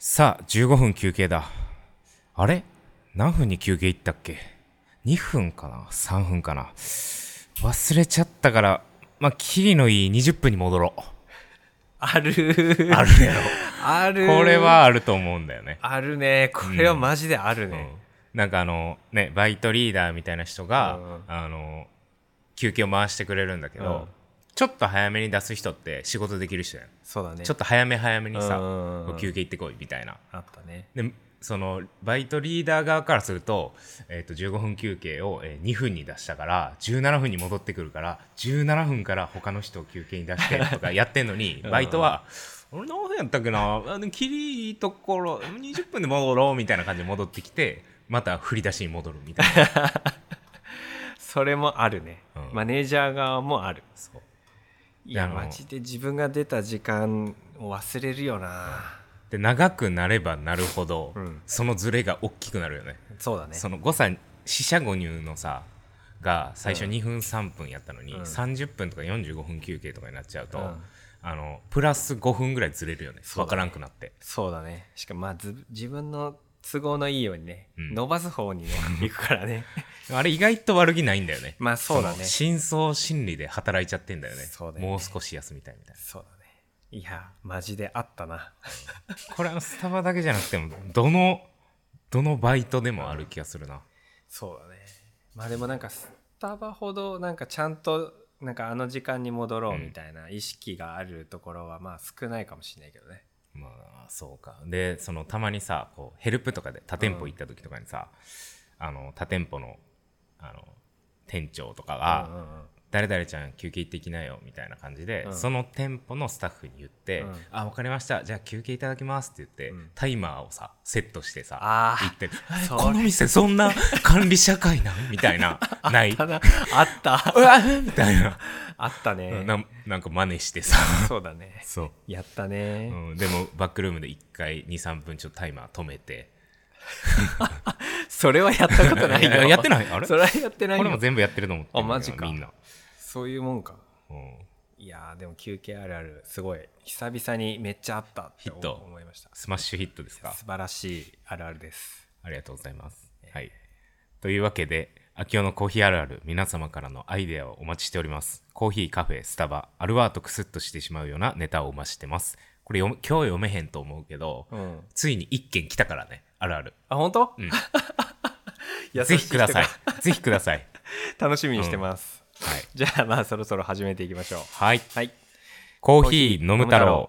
さあ15分休憩だ。あれ何分に休憩行ったっけ。2分かな3分かな、忘れちゃったから、まあキリのいい20分に戻ろう。 あるあるやろ。 あるこれはあると思うんだよね。 あるね。これはマジであるね、 なんかバイトリーダーみたいな人が、休憩を回してくれるんだけど、ちょっと早めに出す人って仕事できる人やん。 そうだね。 ちょっと早めにさ、休憩行ってこいみたいな。 あったね。 でそのバイトリーダー側からすると、15分休憩を2分に出したから17分に戻ってくるから17分から他の人を休憩に出してとかやってんのにバイトは俺何分やったっけな、キリいいところ20分で戻ろうみたいな感じで戻ってきてまた振り出しに戻るみたいなそれもあるね、マネージャー側もある。 そういやマジで自分が出た時間を忘れるよな。 で長くなればなるほど、そのズレが大きくなるよね。 そうだね。 その誤差四捨五入のさが最初2分3分やったのに、30分とか45分休憩とかになっちゃうと、プラス5分ぐらいずれるよね。分からんくなって。 そうだね。しかも自分の都合のいいようにね、伸ばす方にね行くからねあれ意外と悪気ないんだよね。 まあそうだね。 深層心理で働いちゃってんだよね。 そうだね。 もう少し休みたいみたいな。 そうだね。いやマジであったなこれスタバだけじゃなくてもどのバイトでもある気がするな。 そうだね。まあでもなんかスタバほどなんかちゃんとなんかあの時間に戻ろうみたいな意識があるところはまあ少ないかもしれないけどね。 まあそうか。でたまにさこうヘルプとかで他店舗行った時とかにさ、他店舗の店長とかが、誰々ちゃん休憩行ってきなよみたいな感じで、その店舗のスタッフに言って、あ分かりましたじゃあ休憩いただきますって言って、タイマーをさセットしてさ行ってこの店そんな管理社会なんみたいなないあったうわみたいなあったね。 なんか真似してさそうだね。 そうやったね、 でもバックルームで1回 2,3 分ちょっとタイマー止めてそれはやったことないよやってない。あれそれはやってないよ。 これも全部やってると思ってるんだよな。 あマジか。 みんなそういうもんか。いやでも休憩あるあるすごい久々にめっちゃあったって思いました。 スマッシュヒットですか。 素晴らしいあるあるです。 ありがとうございます、はい。というわけで秋夫のコーヒーあるある皆様からのアイデアをお待ちしております。コーヒー、カフェ、スタバあるわーとクスッとしてしまうようなネタをお待ちしてます。これ今日読めへんと思うけど、ついに1件来たからね。あるある。 あ本当？ ぜひください。ぜひください。 楽しみにしてます、 はい、 じゃあまあそろそろ始めていきましょう。 はい、 はい、 コーヒー飲む太郎。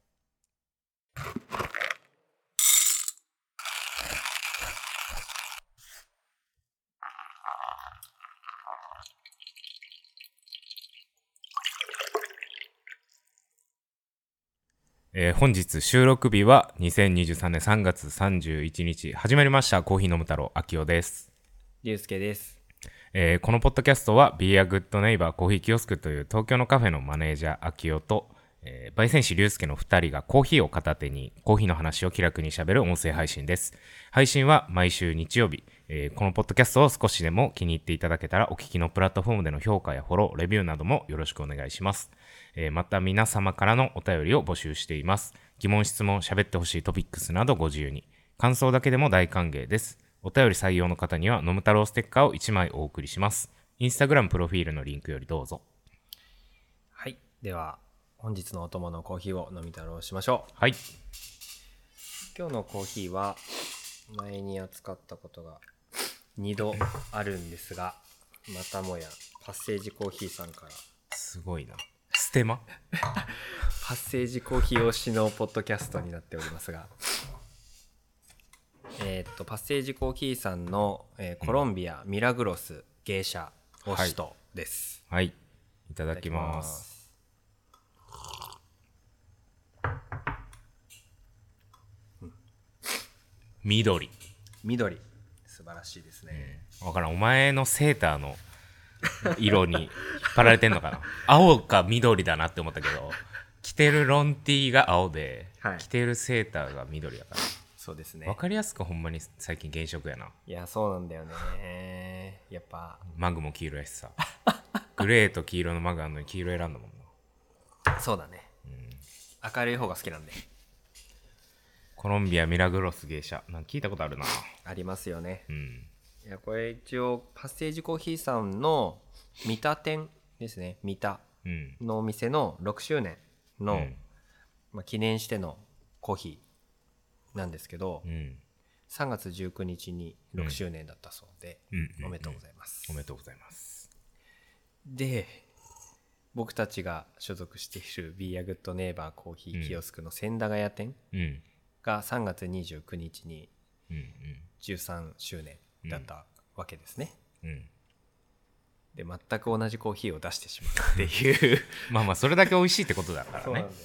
本日収録日は2023年3月31日始まりましたコーヒー飲む太郎秋夫です。 龍介です。 このポッドキャストは Be a Good Neighbor コーヒーキオスクという東京のカフェのマネージャー秋夫と、焙煎師龍介の2人がコーヒーを片手にコーヒーの話を気楽にしゃべる音声配信です。配信は毎週日曜日、このポッドキャストを少しでも気に入っていただけたらお聞きのプラットフォームでの評価やフォロー、レビューなどもよろしくお願いします。また皆様からのお便りを募集しています。疑問、質問、喋ってほしいトピックスなどご自由に。感想だけでも大歓迎です。お便り採用の方には飲む太郎ステッカーを1枚お送りします。インスタグラムプロフィールのリンクよりどうぞ。 はい、では本日のお供のコーヒーを飲み太郎しましょう。 はい。 今日のコーヒーは前に扱ったことが2度あるんですが、またもやパッセージコーヒーさんからすごいな。ステマパッセージコーヒー推しのポッドキャストになっておりますが、パッセージコーヒーさんの、コロンビアミラグロス芸者推しとです。 はい、いただきます。緑素晴らしいですね。 わからん、お前のセーターの色に引っ張られてんのかな青か緑だなって思ったけど、着てるロンティーが青で、着てるセーターが緑だから。 そうですね。 わかりやすくほんまに最近原色やな。 いやそうなんだよね。やっぱマグも黄色やしさグレーと黄色のマグあんのに黄色選んだもんな。 そうだね、明るい方が好きなんで。 コロンビアミラグロス芸者なんか聞いたことあるな。 ありますよね。 うんいやこれ一応パッセージコーヒーさんの三田店ですね。三田うんのお店の6周年の、 うん記念してのコーヒーなんですけど、 うん 3月19日に6周年だったそうで、 うんおめでとうございます。 おめでとうございます。 で僕たちが所属している Be a Good Neighbor コーヒーキオスクの千駄ヶ谷店うんが3月29日にうん 13周年だったわけですね。 うんで全く同じコーヒーを出してしまうっていうまあまあそれだけ美味しいってことだからね。 そうなんだよね。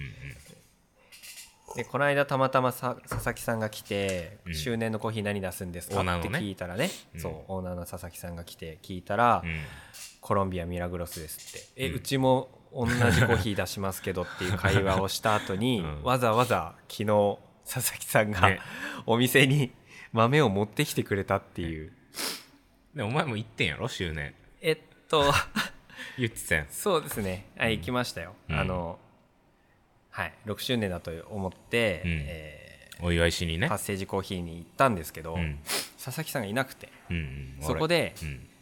でこの間たまたま佐々木さんが来て、周年のコーヒー何出すんですかってオーナーのね聞いたらね、そうオーナーの佐々木さんが来て聞いたら、コロンビアミラグロスですって、うちも同じコーヒー出しますけどっていう会話をした後に、わざわざ昨日佐々木さんが、 ねお店に豆を持ってきてくれたっていう、 でお前も行ってんやろ周年言ってたやん。 そうですね、はい、行きましたよ。はい、6周年だと思って、 お祝いしにねパッ。セージコーヒーに行ったんですけど、佐々木さんがいなくて、そこで、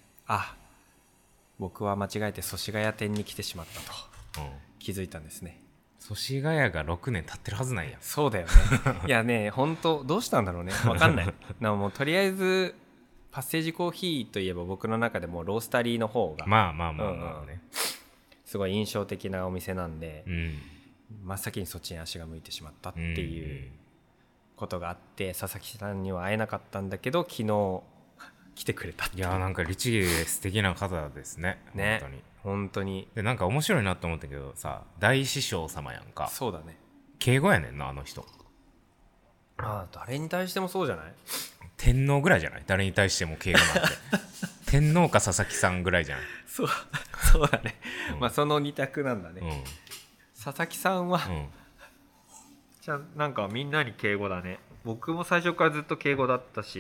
僕は間違えて祖師ヶ谷店に来てしまったと気づいたんですね。 祖師ヶ谷が6年経ってるはずなんや。 そうだよねいやね本当どうしたんだろうね、分かんないもうとりあえずパッセージコーヒーといえば僕の中でもロースタリーの方がまあまあまあまあね、 すごい印象的なお店なんで、真っ先にそっちに足が向いてしまったっていうことがあって、佐々木さんには会えなかったんだけど昨日来てくれたっていう。 いやなんか律儀で素敵な方ですね。 ね、 本当に本当に。 でなんか面白いなと思ったけどさ、大師匠様やんか。 そうだね。 敬語やねんなあの人。 誰に対してもそうじゃない？ 天皇ぐらいじゃない？誰に対しても敬語なんて天皇か佐々木さんぐらいじゃん。 そうだね、その2択なんだね。佐々木さんは、じゃあなんかみんなに敬語だね。僕も最初からずっと敬語だったし、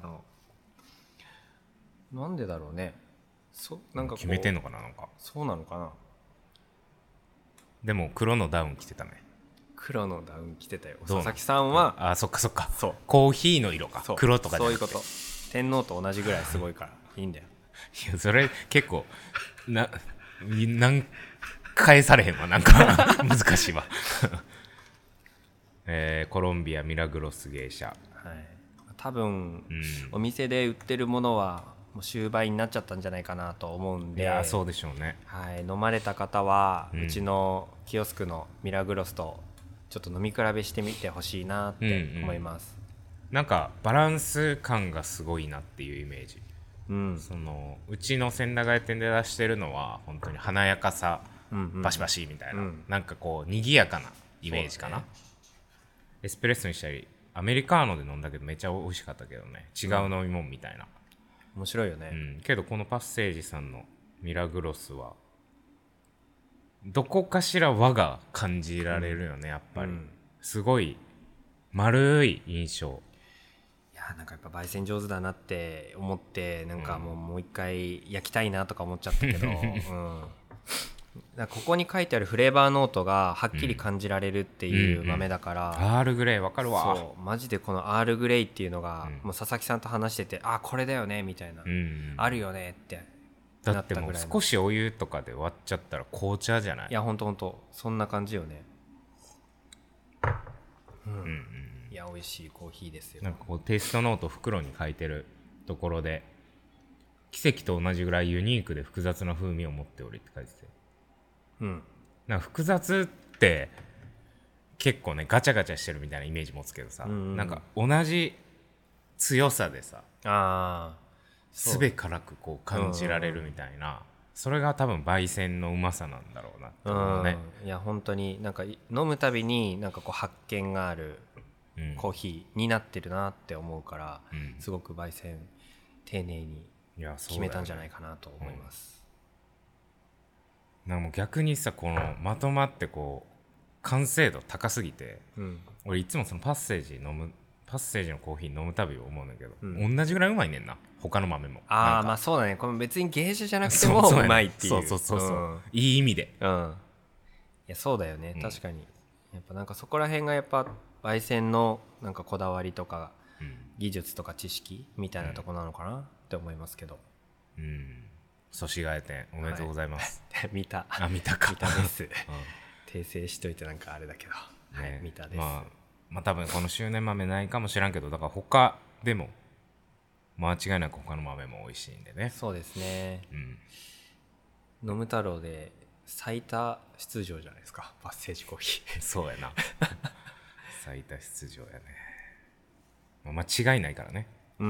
なんでだろうね。なんかこう決めてんのかな。なんかそうなのかな。 でも黒のダウン着てたね。 黒のダウン着てたよ。 どうなの？ 佐々木さんは、 そっかそっか。 そうコーヒーの色か。黒とかじゃなくて。 そういうこと。天皇と同じぐらいすごいからいいんだよ。 いやそれ結構何返されへんわなんか難しいわコロンビアミラグロス芸者、 多分、お店で売ってるものはもう終売になっちゃったんじゃないかなと思うんで。 いやそうでしょうね。 飲まれた方は、うちのキオスクのミラグロスとちょっと飲み比べしてみてほしいなって思います。 なんかバランス感がすごいなっていうイメージ。うちの千駄ヶ谷店で出してるのは本当に華やかさ、バシバシみたいな、なんかこう賑やかなイメージかな、エスプレッソにしたりアメリカーノで飲んだけどめっちゃ美味しかったけどね、違う飲み物みたいな、 面白いよね、 けどこのパッセージさんのミラグロスはどこかしら和が感じられるよね、やっぱり、すごい丸い印象。 なんかやっぱ焙煎上手だなって思って、なんかもう一回焼きたいなとか思っちゃったけど、ここに書いてあるフレーバーノートがはっきり感じられるっていう豆だから、 アールグレイわかるわ。 そうマジでこのアールグレイっていうのが、もう佐々木さんと話してて、これだよねみたいな、あるよねってだってもう少しお湯とかで割っちゃったら紅茶じゃない？ いやほんとそんな感じよね。いや美味しいコーヒーですよ。 なんかこうテイストノート袋に書いてるところで、奇跡と同じぐらいユニークで複雑な風味を持っておりって書いてて、なんか複雑って結構ねガチャガチャしてるみたいなイメージ持つけどさ、なんか同じ強さでさ、すべからくこう感じられるみたいな、それが多分焙煎のうまさなんだろうなって思うね。 いや本当になんか飲むたびになんかこう発見があるコーヒーになってるなって思うから、すごく焙煎丁寧に決めたんじゃないかなと思います。 なんかもう逆にさ、このまとまってこう完成度高すぎて、俺いつもそのパッセージのコーヒー飲むたび思うんだけど、同じぐらいうまいねんな他の豆も。 まあそうだね、この別に芸者じゃなくてもうまいっていう、 そういい意味で。 いやそうだよね、確かにやっぱなんかそこら辺がやっぱ焙煎のなんかこだわりとか技術とか知識みたいなとこなのかなって思いますけど。 祖師ヶ谷店おめでとうございます、 はい、見た見たか見たです、訂正しといてなんかあれだけど、はい、見たです。 まあ多分この周年豆ないかもしらんけど、だから他でも間違いなく他の豆も美味しいんでね。 そうですね、飲む太郎で最多出場じゃないですか、バッセージコーヒーそうやな最多出場やね、間違いないからね。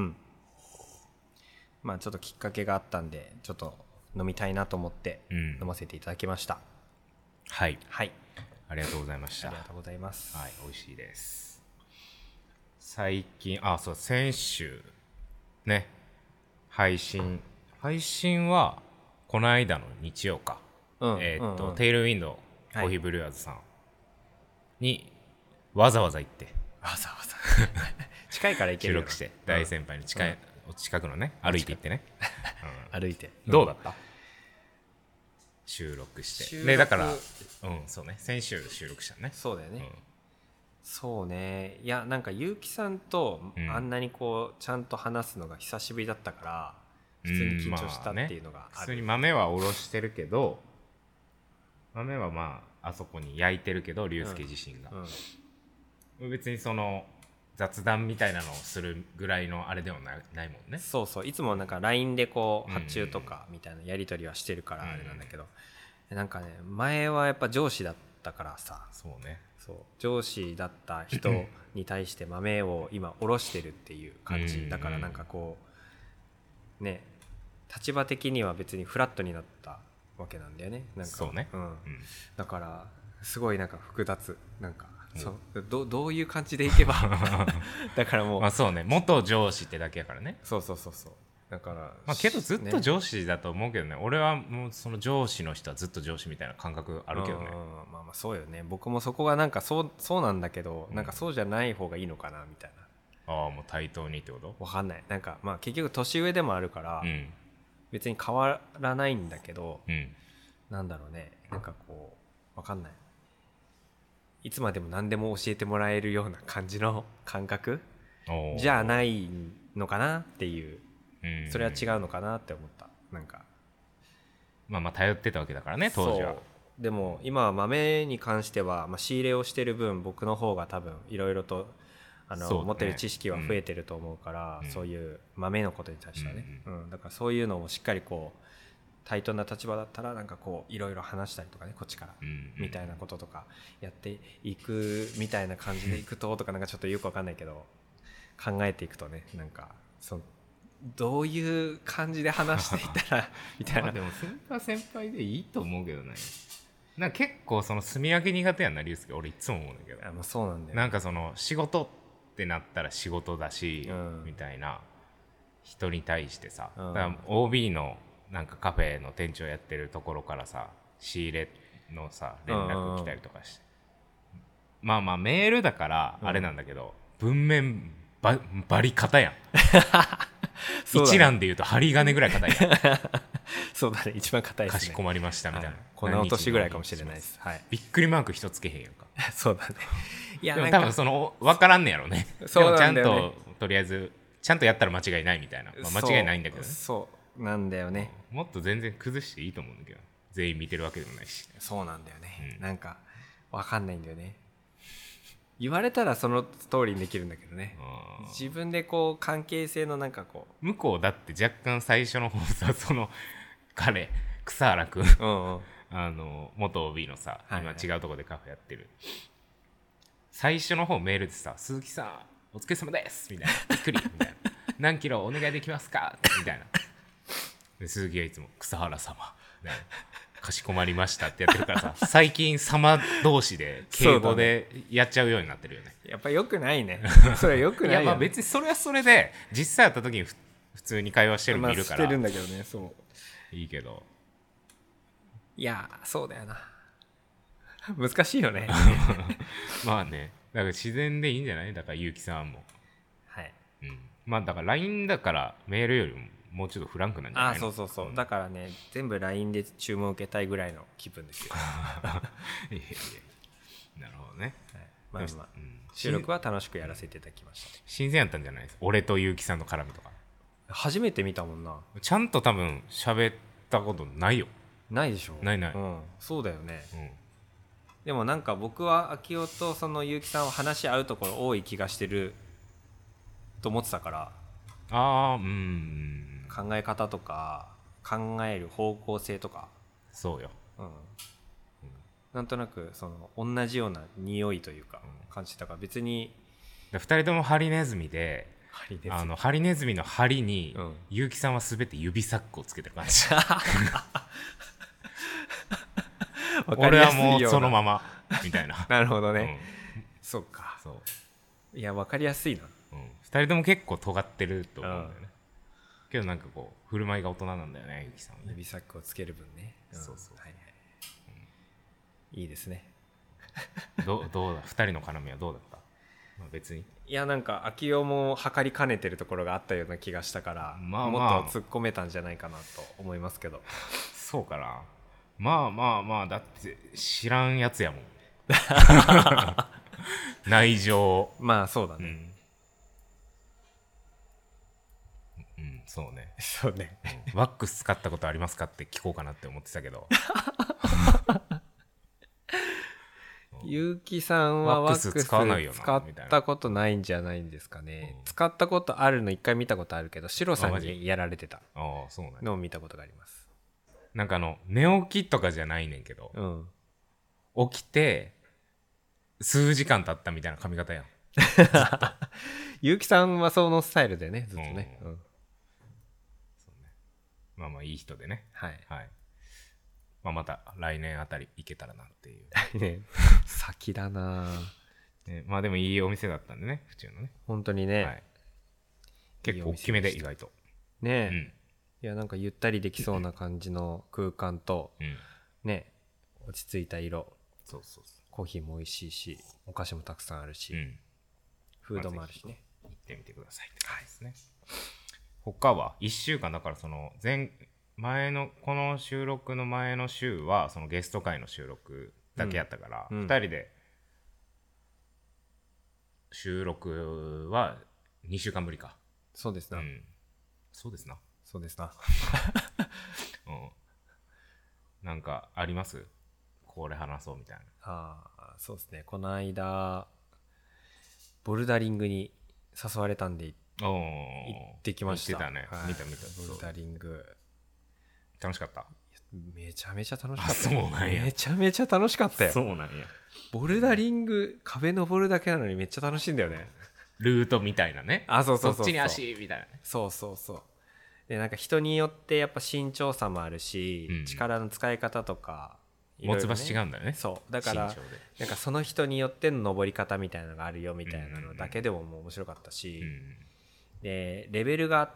まあちょっときっかけがあったんでちょっと飲みたいなと思って飲ませていただきました。 はいはい、 ありがとうございました。 ありがとうございます。 はい、美味しいです。最近そう先週ね配信はこの間の日曜か、テイルウィンドコーヒーブリュワーズさんにわざわざ行って、 近いから行ける収録して、大先輩の近くのね歩いて行ってね、 歩いてどうだった？収録してで、だからそうね、先週収録したね。 そうだよね、そうね。いやなんか結城さんとあんなにこうちゃんと話すのが久しぶりだったから普通に緊張したっていうのがある。 普通に豆はおろしてるけど、豆はあそこに焼いてるけど龍介自身が、別にその雑談みたいなのをするぐらいのあれではないもんね。 そういつもなんか LINE でこう発注とかみたいなやり取りはしてるからあれなんだけど、なんかね前はやっぱ上司だったからさ、 そうね、 上司だった人に対して豆を今おろしてるっていう感じだから、なんかこうね立場的には別にフラットになったわけなんだよね。なんかそうね、 だからすごいなんか複雑、なんかどういう感じでいけばだからもうそうね、元上司ってだけやからね。 そうだからけどずっと上司だと思うけどね。俺はもうその上司の人はずっと上司みたいな感覚あるけどね。 まあそうよね。僕もそこがなんかそうなんだけど、なんかそうじゃない方がいいのかなみたいな。 もう対等にってこと？ わかんない。なんか結局年上でもあるから、別に変わらないんだけど、なんだろうね、なんかこうわかんない、いつまでも何でも教えてもらえるような感じの感覚じゃないのかなっていう、それは違うのかなって思った。なんか頼ってたわけだからね当時は。 でも今は豆に関しては、仕入れをしてる分僕の方が多分いろいろと持ってる知識は増えてると思うから、そういう豆のことに対してはね、だからそういうのをしっかりこう対等な立場だったらなんかこういろいろ話したりとかね、こっちからみたいなこととかやっていくみたいな感じでいくととか、なんかちょっとよくわかんないけど考えていくとね、なんかどういう感じで話していったらみたいな。 でも先輩でいいと思うけどね。なんか結構その住み分け苦手やんな龍介。俺いつも思うんだけど。 そうなんだよ、 なんかその仕事ってなったら仕事だし、みたいな人に対してさ、だから OB のなんかカフェの店長やってるところからさ、仕入れのさ連絡来たりとかして、メールだからあれなんだけど、文面バリ硬やん一覧で言うと針金ぐらい硬いやんそうだね、一番硬いですね。 かしこまりましたみたいな、 こんな落としぐらいかもしれないです。 びっくりマーク一つけへんやんかそうだね。 いやでも多分その分からんねやろね。 そうなんだよね。ででももちゃんととりあえずちゃんとやったら間違いないみたいな、間違いないんだけどね。 そうなんだよね。 もっと全然崩していいと思うんだけど、全員見てるわけでもないし。 そうなんだよね、なんか分かんないんだよね。言われたらその通りにできるんだけどね、自分でこう関係性のなんかこう向こうだって若干最初の方さ、その彼草原くん元 OB のさ、今違うとこでカフェやってる、最初の方メールでさ、鈴木さんお疲れ様ですみたいな、びっくりみたいな何キロお願いできますかみたいなで、鈴木はいつも草原様、ね、かしこまりましたってやってるからさ、最近様同士で敬語でやっちゃうようになってるよね。 やっぱ良くないねそれは良くないよ。 いや別にそれはそれで実際会った時に普通に会話してるの見るから、 してるんだけどね。そういいけど、 いやそうだよな、難しいよねまあね、だから自然でいいんじゃない？だから結城さんもはい、 だから LINE だからメールよりももうちょっとフランクなんじゃないの？ そう、だからね全部 LINE で注文受けたいぐらいの気分ですよいやなるほどね、 はい、まあまあ、 うん、 収録は楽しくやらせていただきました。 新鮮やったんじゃないですか、俺と結城さんの絡みとか。 初めて見たもんな。 ちゃんと多分喋ったことないよ。 ないでしょ。 ないない、 うん、そうだよね、 うん、 でもなんか僕は秋夫とその結城さんは話し合うところ多い気がしてると思ってたから、 ああ、うん、 考え方とか考える方向性とか、 そうよ、 うん、なんとなくその同じような匂いというか感じたから、別に 2人ともハリネズミで、ハリネズミの針に、 うん、 結城さんは全て指サックをつけてる感じ俺はもうそのままみたいななるほどね、うん、そうか、 そう、 いや分かりやすいな、 うん、2人とも結構尖ってると思うんだよね、けどなんかこう振る舞いが大人なんだよね、結城さんはね。 指サックをつける分ね、 そうそう、 はいはい、いいですねどうだ2人の絡みはどうだった？まあ、別にいやなんか秋代も測りかねてるところがあったような気がしたから、 まあまあ、 もっと突っ込めたんじゃないかなと思いますけどそうかな。まあまあまあ、だって知らんやつやもん内情。 まあそうだね、 うん、うん、そうねそうね、 うん、ワックス使ったことありますかって聞こうかなって思ってたけど結城さんはワックス使ったことないんじゃないんですかね、うん、使ったことあるの一回見たことあるけど、シロさんにやられてたのを見たことがあります。 なんか寝起きとかじゃないねんけど、うん、起きて数時間経ったみたいな髪型やん結城さんはそのスタイルでね、ずっとね、うんうん、 そうね、まあまあいい人でね、 はい、はい、 まあ、また来年あたり行けたらなっていう来年先だな、 ね、まあでもいいお店だったんでね、府中のね、 本当にね、はい、 結構大きめで意外とねえ、うん、いやなんかゆったりできそうな感じの空間と、うん、ね、落ち着いた色、 そうそうそう、 コーヒーも美味しいし、お菓子もたくさんあるし、うん、フードもあるしね、 行ってみてくださいって感じですね、はい、他は1週間だから、その前のこの収録の前の週はそのゲスト会の収録だけやったから、2人で収録は2週間ぶりか。 そうですな、うん、 そうですな、 そうですな、 うん、なんかあります？これ話そうみたいな。 そうですね、この間ボルダリングに誘われたんで行ってきました。 言ってたね、はい、見たボルダリング楽しかった？ めちゃめちゃ楽しかった。 そうなんや。 めちゃめちゃ楽しかったよ。 そうなんや。 ボルダリング、壁登るだけなのにめっちゃ楽しいんだよね。 ルートみたいなね。 そうそっちに足みたいな。 そうそうそう。でなんか人によってやっぱ身長差もあるし、うん、力の使い方とかいろいろね、持つ場所違うんだよね。 そうだからなんかその人によっての登り方みたいなのがあるよみたいなのだけでももう面白かったし、でレベルがあって、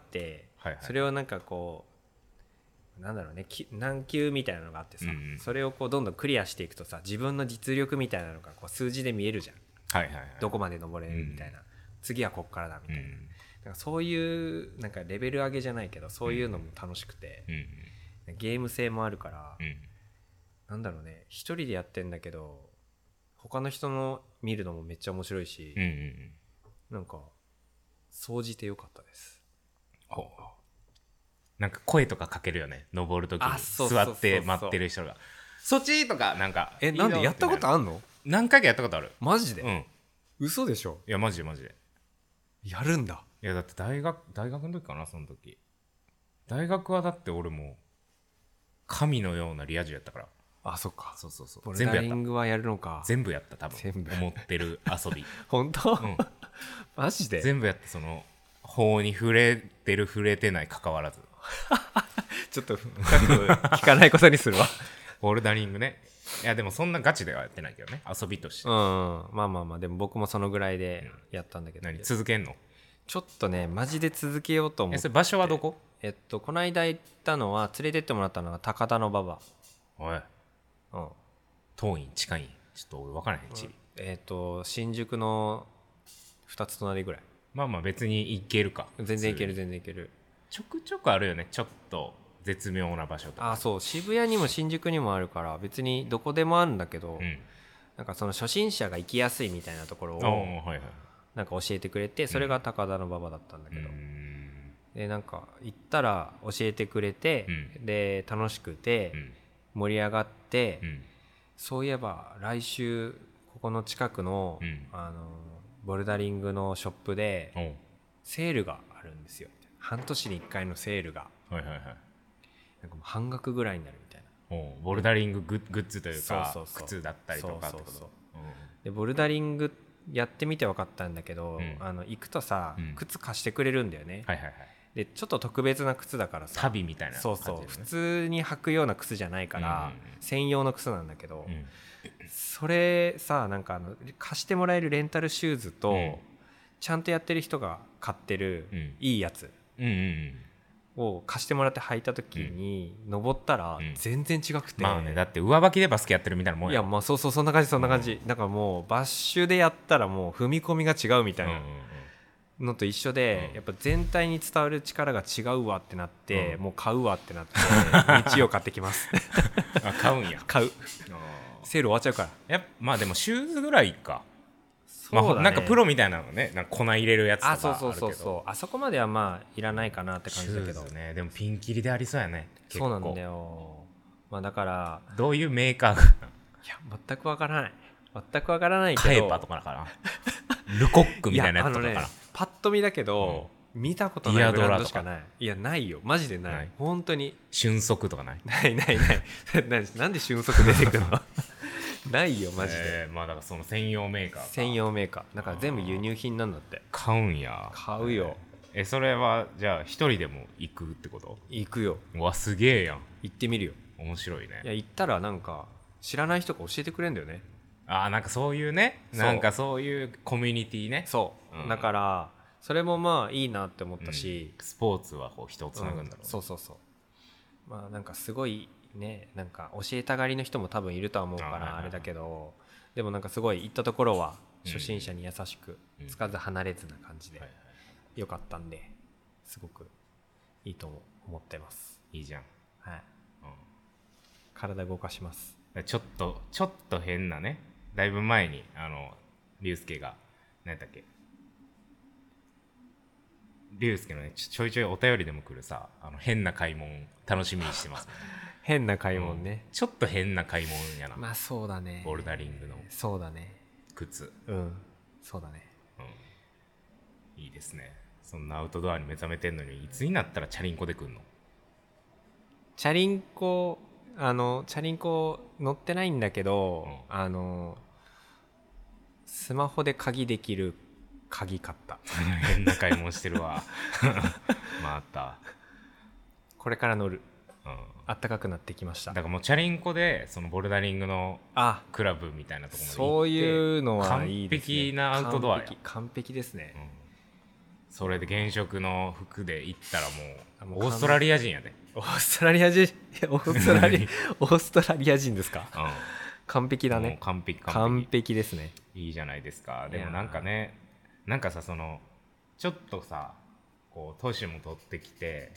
はいはい、それをなんかこうなんだろうね、何級みたいなのがあってさ、それをこうどんどんクリアしていくとさ、自分の実力みたいなのがこう数字で見えるじゃん、はいはいはい、どこまで登れるみたいな、次はこっからだみたいな、なんかそういうなんかレベル上げじゃないけどそういうのも楽しくて、ゲーム性もあるから、なんだろうね、一人でやってんだけど他の人の見るのもめっちゃ面白いし、なんか総じて良かったです。 なんか声とかかけるよね、登るときに座って待ってる人がそっちとかなんかなんでやったことあんの？ 何回かやったことある。 マジで？ うん、 嘘でしょ？ いやマジでマジでやるんだ。 いやだって大学の時かな、その時大学はだって俺も神のようなリア充やったから。 そっか。 そうそうそう。 ボルダリングはやるのか。 全部やった多分。全部思ってる遊び。 本当？うん、マジで？ 全部やった。その法に触れてる触れてない関わらず。 ちょっと深く聞かないことにするわ。 ボルダリングね。いやでもそんなガチではやってないけどね、遊びとして。 まあまあまあでも僕もそのぐらいでやったんだけど。 何続けんの？ちょっとねマジで続けようと思って。 それ場所はどこ？ この間行ったのは連れてってもらったのは高田馬場。 おい。遠い近いちょっと俺分からへん地理。 新宿の2つ隣ぐらい。 まあまあ別に行けるか。 全然行ける全然行ける。 ちょくちょくあるよね、ちょっと絶妙な場所とか。 そう渋谷にも新宿にもあるから別にどこでもあるんだけど、 なんかその初心者が行きやすいみたいなところをはいはい、 なんか教えてくれて、それが高田馬場だったんだけど、でなんか行ったら教えてくれて、で楽しくて盛り上がって、そういえば来週ここの近くの、ボルダリングのショップでセールがあるんですよ。半年に1回のセールが、なんかもう半額ぐらいになるみたいな。 ボルダリンググッズというか靴だったりとかってこと。 でボルダリングやってみて分かったんだけど、行くとさ、靴貸してくれるんだよね。でちょっと特別な靴だからさ、 旅みたいな感じで、ね、 普通に履くような靴じゃないから、専用の靴なんだけど、それさ、なんか貸してもらえるレンタルシューズと、ちゃんとやってる人が買ってるいいやつを貸してもらって履いた時に登ったら全然違くて、 まあね、だって上履きでバスケやってるみたいなもんや。 いやまあそうそんな感じだからもうバッシュでやったらもう踏み込みが違うみたいなのと一緒で、やっぱ全体に伝わる力が違うわってなって、もう買うわってなって日曜買ってきますあ、買うんや。 買う。セール終わっちゃうから。 まあでもシューズぐらいか。 そうだね、 まあ、なんかプロみたいなのね、なんか粉入れるやつとかあるけど、 そうあそこまではまあいらないかなって感じだけどね。でもピンキリでありそうやね。 そうなんだよ。まあだからどういうメーカーかいや全くわからないけど、 カエパとかだからルコックみたいなやつとかかな、 パッと見だけど、見たことないブランドしかない。いやないよ、マジでない、本当に。 瞬足とかないなんで瞬足出てくるのないよマジで。 まあだからその専用メーカーだから全部輸入品なんだって。 買うんや。 買うよ。 それはじゃあ一人でも行くってこと？ 行くよ。 うわすげえやん。 行ってみるよ。 面白いね。 いや行ったらなんか知らない人が教えてくれるんだよね。 なんかそういうね、なんかそういうコミュニティね。 そう、だからそれもまあいいなって思ったし、 スポーツはこう人をつなぐんだろう、 そうまあなんかすごいね、なんか教えたがりの人も多分いるとは思うからあれだけど、でもなんかすごい行ったところは初心者に優しく、つかず離れずな感じでよかったんで、すごくいいと思ってます。 いいじゃん。 はい、体動かします。 ちょっと変なね、だいぶ前に龍介が何だっけ、龍介のね、ちょいちょいお便りでも来るさ、変な買い物楽しみにしてます、ね、 変な買い物ね、 ちょっと変な買い物やな。 まあそうだね、 ボルダリングのそうだね、 靴、 そうだね、 いいですね。そんなアウトドアに目覚めてんのに、いつになったらチャリンコで来んの？ チャリンコ乗ってないんだけど、スマホで鍵できる鍵買った変な買い物してるわまたこれから乗る、あったかくなってきました。 だからもうチャリンコでそのボルダリングのクラブみたいなところまで行って、 そういうのはいいですね。 完璧なアウトドアや。 完璧ですね、 それで現職の服で行ったらもうオーストラリア人やで。 オーストラリア人ですか、完璧だね。 完璧ですね。 いいじゃないですか。でもなんかね、なんかさ、そのちょっとさ、こう年も取ってきて、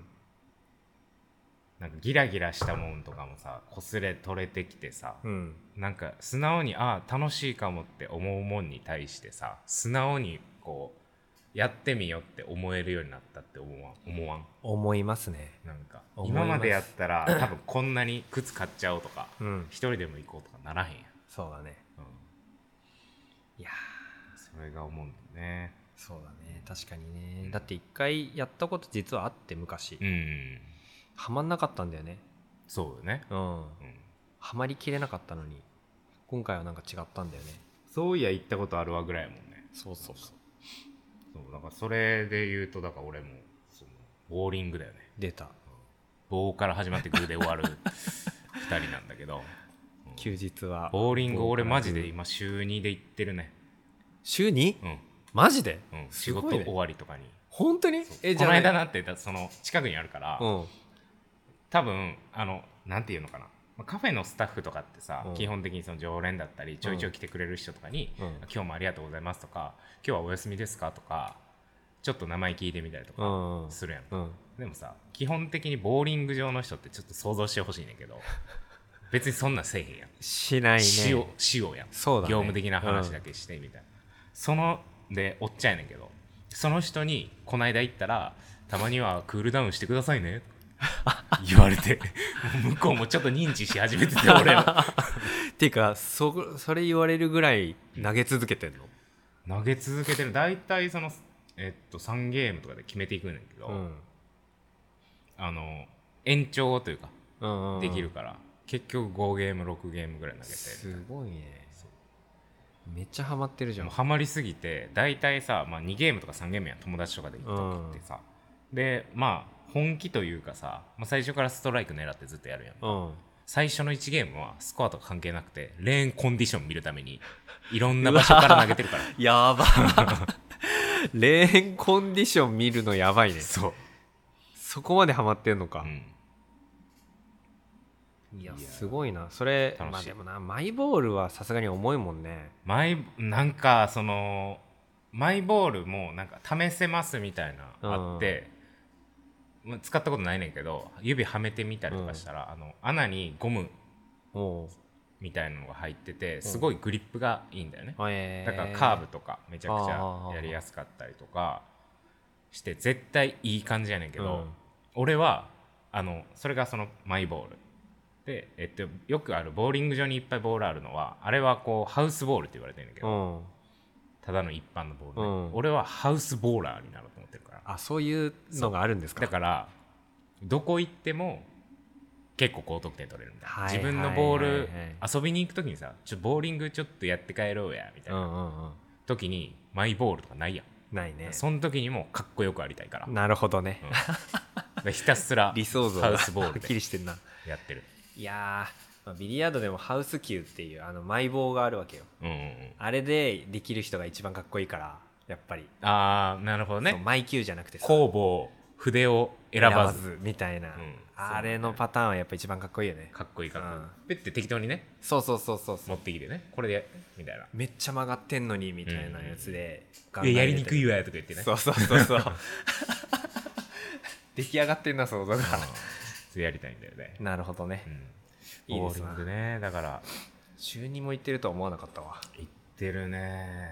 なんかギラギラしたもんとかもさ、こすれ取れてきてさ、なんか素直に楽しいかもって思うもんに対してさ、素直にこうやってみようって思えるようになったって思わん？思いますね。 なんか今までやったら多分こんなに靴買っちゃおうとか、一人でも行こうとかならへんやん。 そうだね、いやそれが思うんだよね。 そうだね、確かにね、だって一回やったこと実はあって、昔、ハマんなかったんだよね。 そうだね、 ハマりきれなかったのに、今回はなんか違ったんだよね。 そういや行ったことあるわぐらいやもんね。 そうだからそれで言うと、だから俺もそのボーリングだよね。 出た、 棒から始まってグーで終わる2人なんだけど、 休日はボーリング俺マジで今週2で行ってるね。 週 2？マジで？ 仕事終わりとかに。 本当に？ この間なってその近くにあるから、多分なんていうのかな、カフェのスタッフとかってさ、基本的にその常連だったりちょいちょい来てくれる人とかに、今日もありがとうございますとか、今日はお休みですかとか、ちょっと名前聞いてみたりとかするやん、でもさ、基本的にボーリング場の人ってちょっと想像してほしいねんけど別にそんなせえへんやん。 しないね。 塩やん。 そうだね。 業務的な話だけしてみたいな、そのでおっちゃんやねんけど、その人にこないだ行ったらたまにはクールダウンしてくださいね言われて向こうもちょっと認知し始めてて俺はっていうかそれ言われるぐらい投げ続けてんの？ 投げ続けてる。大体その3ゲームとかで決めていくんだけど、延長というかできるから、結局5ゲーム6ゲームぐらい投げて。 すごいね。めっちゃハマってるじゃん。 もうハマりすぎて大体さ、2ゲームとか3ゲームや友達とかで行っとってさ、で本気というかさ、最初からストライク狙ってずっとやるやん、最初の1ゲームはスコアとか関係なくてレーンコンディション見るためにいろんな場所から投げてるからやばレーンコンディション見るのやばいね。そこまでハマってんのか、いやすごいなそれ。でもな、マイボールはさすがに重いもんね。 なんかそのマイボールもなんか試せますみたいなあって、使ったことないねんけど指はめてみたりとかしたら、穴にゴムみたいなのが入っててすごいグリップがいいんだよね、だからカーブとかめちゃくちゃやりやすかったりとかして絶対いい感じやねんけど、俺はそれがそのマイボールで、よくあるボーリング場にいっぱいボールあるのはあれはこうハウスボールって言われてるんだけど、ただの一般のボールね、俺はハウスボーラーになろうと思ってるから。 あ、そういうのがあるんですか。 だからどこ行っても結構高得点取れるんだ、自分のボール遊びに行く時にさボーリングちょっとやって帰ろうやみたいな、時にマイボールとかないやん。 ないね。 その時にもかっこよくありたいから。 なるほどね、 ひたすら理想像ハウスボールではっきりしてんな。 やってる。 いやビリヤードでもハウス球っていうマイ棒があるわけよ、あれでできる人が一番かっこいいからやっぱり。 なるほどね。 マイ球じゃなくてさ工房筆を選ばずみたいな、あれのパターンはやっぱ一番かっこいいよね。 かっこいいかっこいい、ペッて適当にねそう持ってきてね、これでみたいな、 めっちゃ曲がってんのにみたいなやつで、 やりにくいわとか言ってね。 そう出来上がってんな想像がやりたいんだよね。 なるほどね、 いいですわ。ボーリングね、だから中2も行ってるとは思わなかったわ。 行ってるね。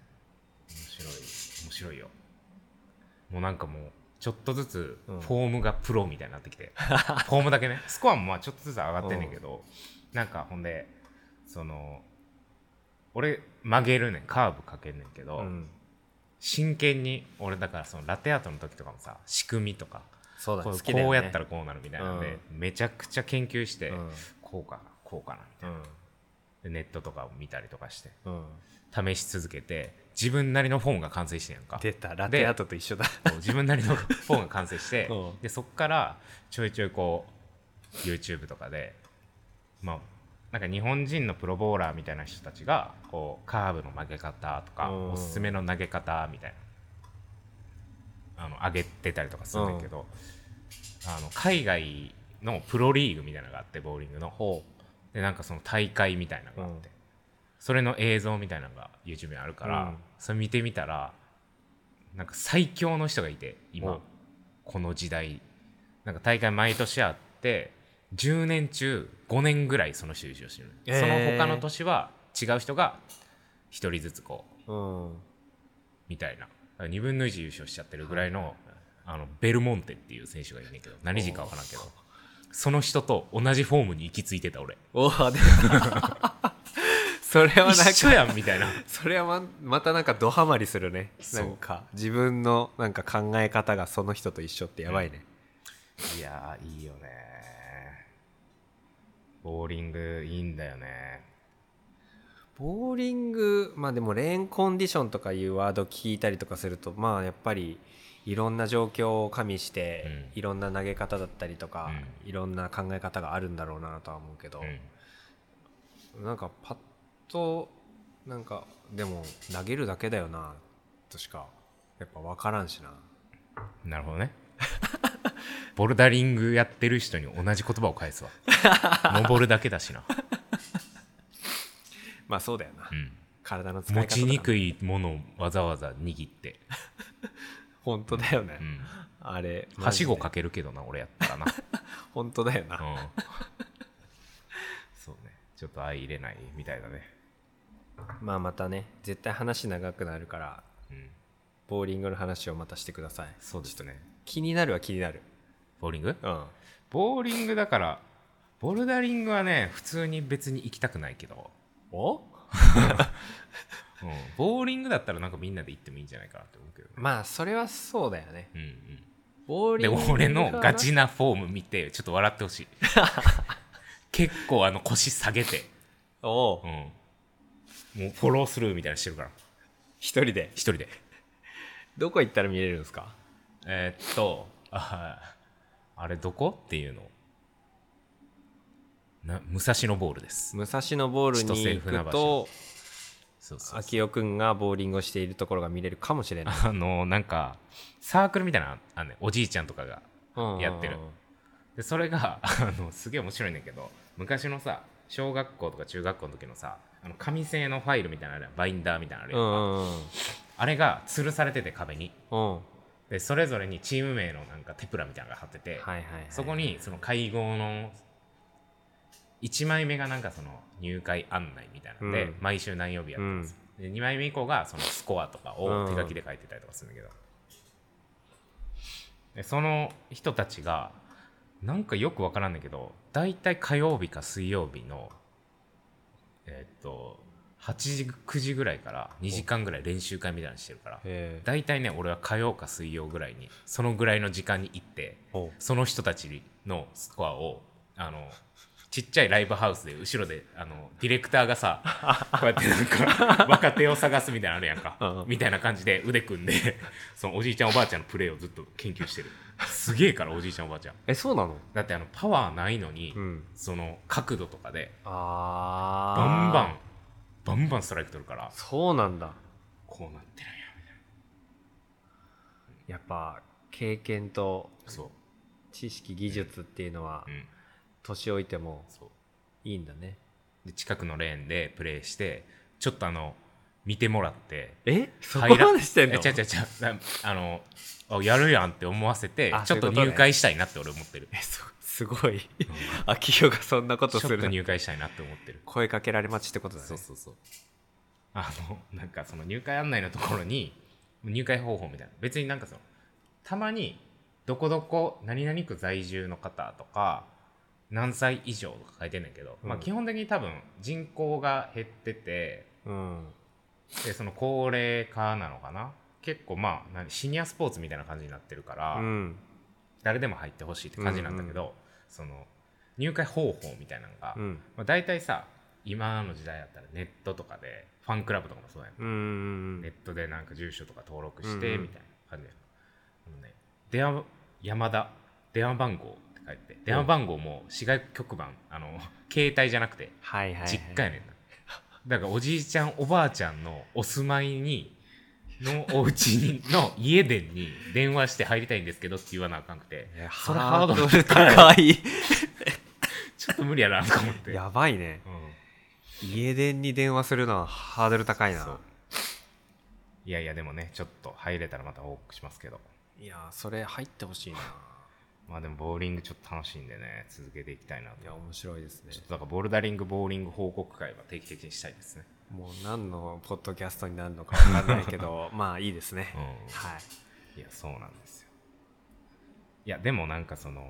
面白いよ。もうなんかもうちょっとずつフォームがプロみたいになってきて、フォームだけね、スコアもちょっとずつ上がってんねんけど、なんかほんでその俺曲げるねん、カーブかけんねんけど、真剣に俺だからそのラテアートの時とかもさ仕組みとかそうだ、 こうやったらこうなるみたいなので、めちゃくちゃ研究して、こうかなみたいな、でネットとかを見たりとかして、試し続けて自分なりのフォームが完成してんやんか。 出た、ラテアートと一緒だ自分なりのフォームが完成してでそっからちょいちょいこう YouTube とかでなんか日本人のプロボーラーみたいな人たちがこうカーブの曲げ方とかおすすめの投げ方みたいな上げてたりとかするんだけど、海外のプロリーグみたいなのがあって、ボーリングのでなんかその大会みたいなのがあって、それの映像みたいなのが YouTube にあるから、それ見てみたらなんか最強の人がいて、今この時代なんか大会毎年あって10年中5年ぐらいその人優勝してる、その他の年は違う人が1人ずつこう、みたいな2分の1優勝しちゃってるぐらいの、ベルモンテっていう選手がいるねんけど、何時か分からんけどその人と同じフォームに行き着いてた俺。それはなんか一緒やんみたいなそれは またなんかドハマりするね。なんか自分のなんか考え方がその人と一緒ってやばいね、 いやいいよね。ボーリングいいんだよね。 ボーリングでもレーンコンディションとかいうワード聞いたりとかするとやっぱりいろんな状況を加味して、いろんな投げ方だったりとか、いろんな考え方があるんだろうなとは思うけど、なんかパッとなんかでも投げるだけだよなとしかやっぱ分からんしな。 なるほどねボルダリングやってる人に同じ言葉を返すわ登るだけだしなそうだよな、体の使い方持ちにくいものをわざわざ握って本当だよね、あれはしごかけるけどな俺やったらな本当だよな、 ちょっと相入れないみたいだね。 まあまたね絶対話長くなるから、ボーリングの話をまたしてください。 そうですね。 気になるは気になる。 ボーリング？ うんボーリングだから、ボルダリングはね普通に別に行きたくないけど、 おボーリングだったらなんかみんなで行ってもいいんじゃないかなって思うけどね。 まあそれはそうだよね。 でボーリング俺のガチなフォーム見てちょっと笑ってほしい。結構腰下げて、 おう、 もうフォロースルーみたいなのしてるから。 一人で一人で。 どこ行ったら見れるんですか？ あれどこっていうの武蔵野ボールです。 武蔵野ボールに行くと秋代くんがボーリングをしているところが見れるかもしれない。 なんかサークルみたいなのあんねん、おじいちゃんとかがやってる。でそれがすげえ面白いんだけど、昔のさ小学校とか中学校の時のさ紙製のファイルみたいなのあるやん、バインダーみたいなのあるやん、あれが吊るされてて壁に、でそれぞれにチーム名のなんかテプラみたいなのが貼ってて、そこにその会合の1枚目がなんかその入会案内みたいなので、毎週何曜日やってます、で2枚目以降がそのスコアとかを手書きで書いてたりとかするんだけど、でその人たちがなんかよくわからんねんけど、だいたい火曜日か水曜日の8時9時ぐらいから2時間ぐらい練習会みたいなのしてるから、だいたいね俺は火曜か水曜ぐらいにそのぐらいの時間に行って、その人たちのスコアをちっちゃいライブハウスで後ろでディレクターがさこうやってなんか若手を探すみたいなのあるやんかみたいな感じで腕組んでそのおじいちゃんおばあちゃんのプレーをずっと研究してる。すげえからおじいちゃんおばあちゃん。 そうなの？ だってパワーないのに、その角度とかでバンバンストライク取るから。 そうなんだ。 こうなってるんやみたいな。やっぱ経験とそう知識技術っていうのは、年老いてもいいんだね。 で近くのレーンでプレーしてちょっと見てもらって、 そこまでしてんの？ やるやんって思わせてちょっと入会したいなって俺思ってる。 すごい秋代がそんなことする。 ちょっと入会したいなって思ってる。 声かけられ待ちってことだね。 そうなんかその入会案内のところに入会方法みたいな、別になんかたまにどこどこ何々区在住の方とか何歳以上とか書いてんねんけど、基本的に多分人口が減ってて、でその高齢化なのかな、結構シニアスポーツみたいな感じになってるから、誰でも入ってほしいって感じなんだけど、その入会方法みたいなのが、だいたいさ今の時代だったらネットとかでファンクラブとかもそうやん、ネットでなんか住所とか登録してみたいな感じで、山田電話番号って書いて、電話番号も市外局番携帯じゃなくて実家やねんな。だからおじいちゃんおばあちゃんのお住まいのお家の家電に電話して入りたいんですけどって言わなあかんくて、 それハードル高いちょっと無理やなと思って。 やばいね、家電に電話するのはハードル高いな。 いやでもねちょっと入れたらまた報告しますけど。 いやそれ入ってほしいな。 でもボーリングちょっと楽しいんでね続けていきたいなと。 いや面白いですね。 ちょっとだからボルダリングボーリング報告会は定期的にしたいですね。 もう何のポッドキャストになるのか分かんないけどいいですね、 いやそうなんですよ。いやでもなんか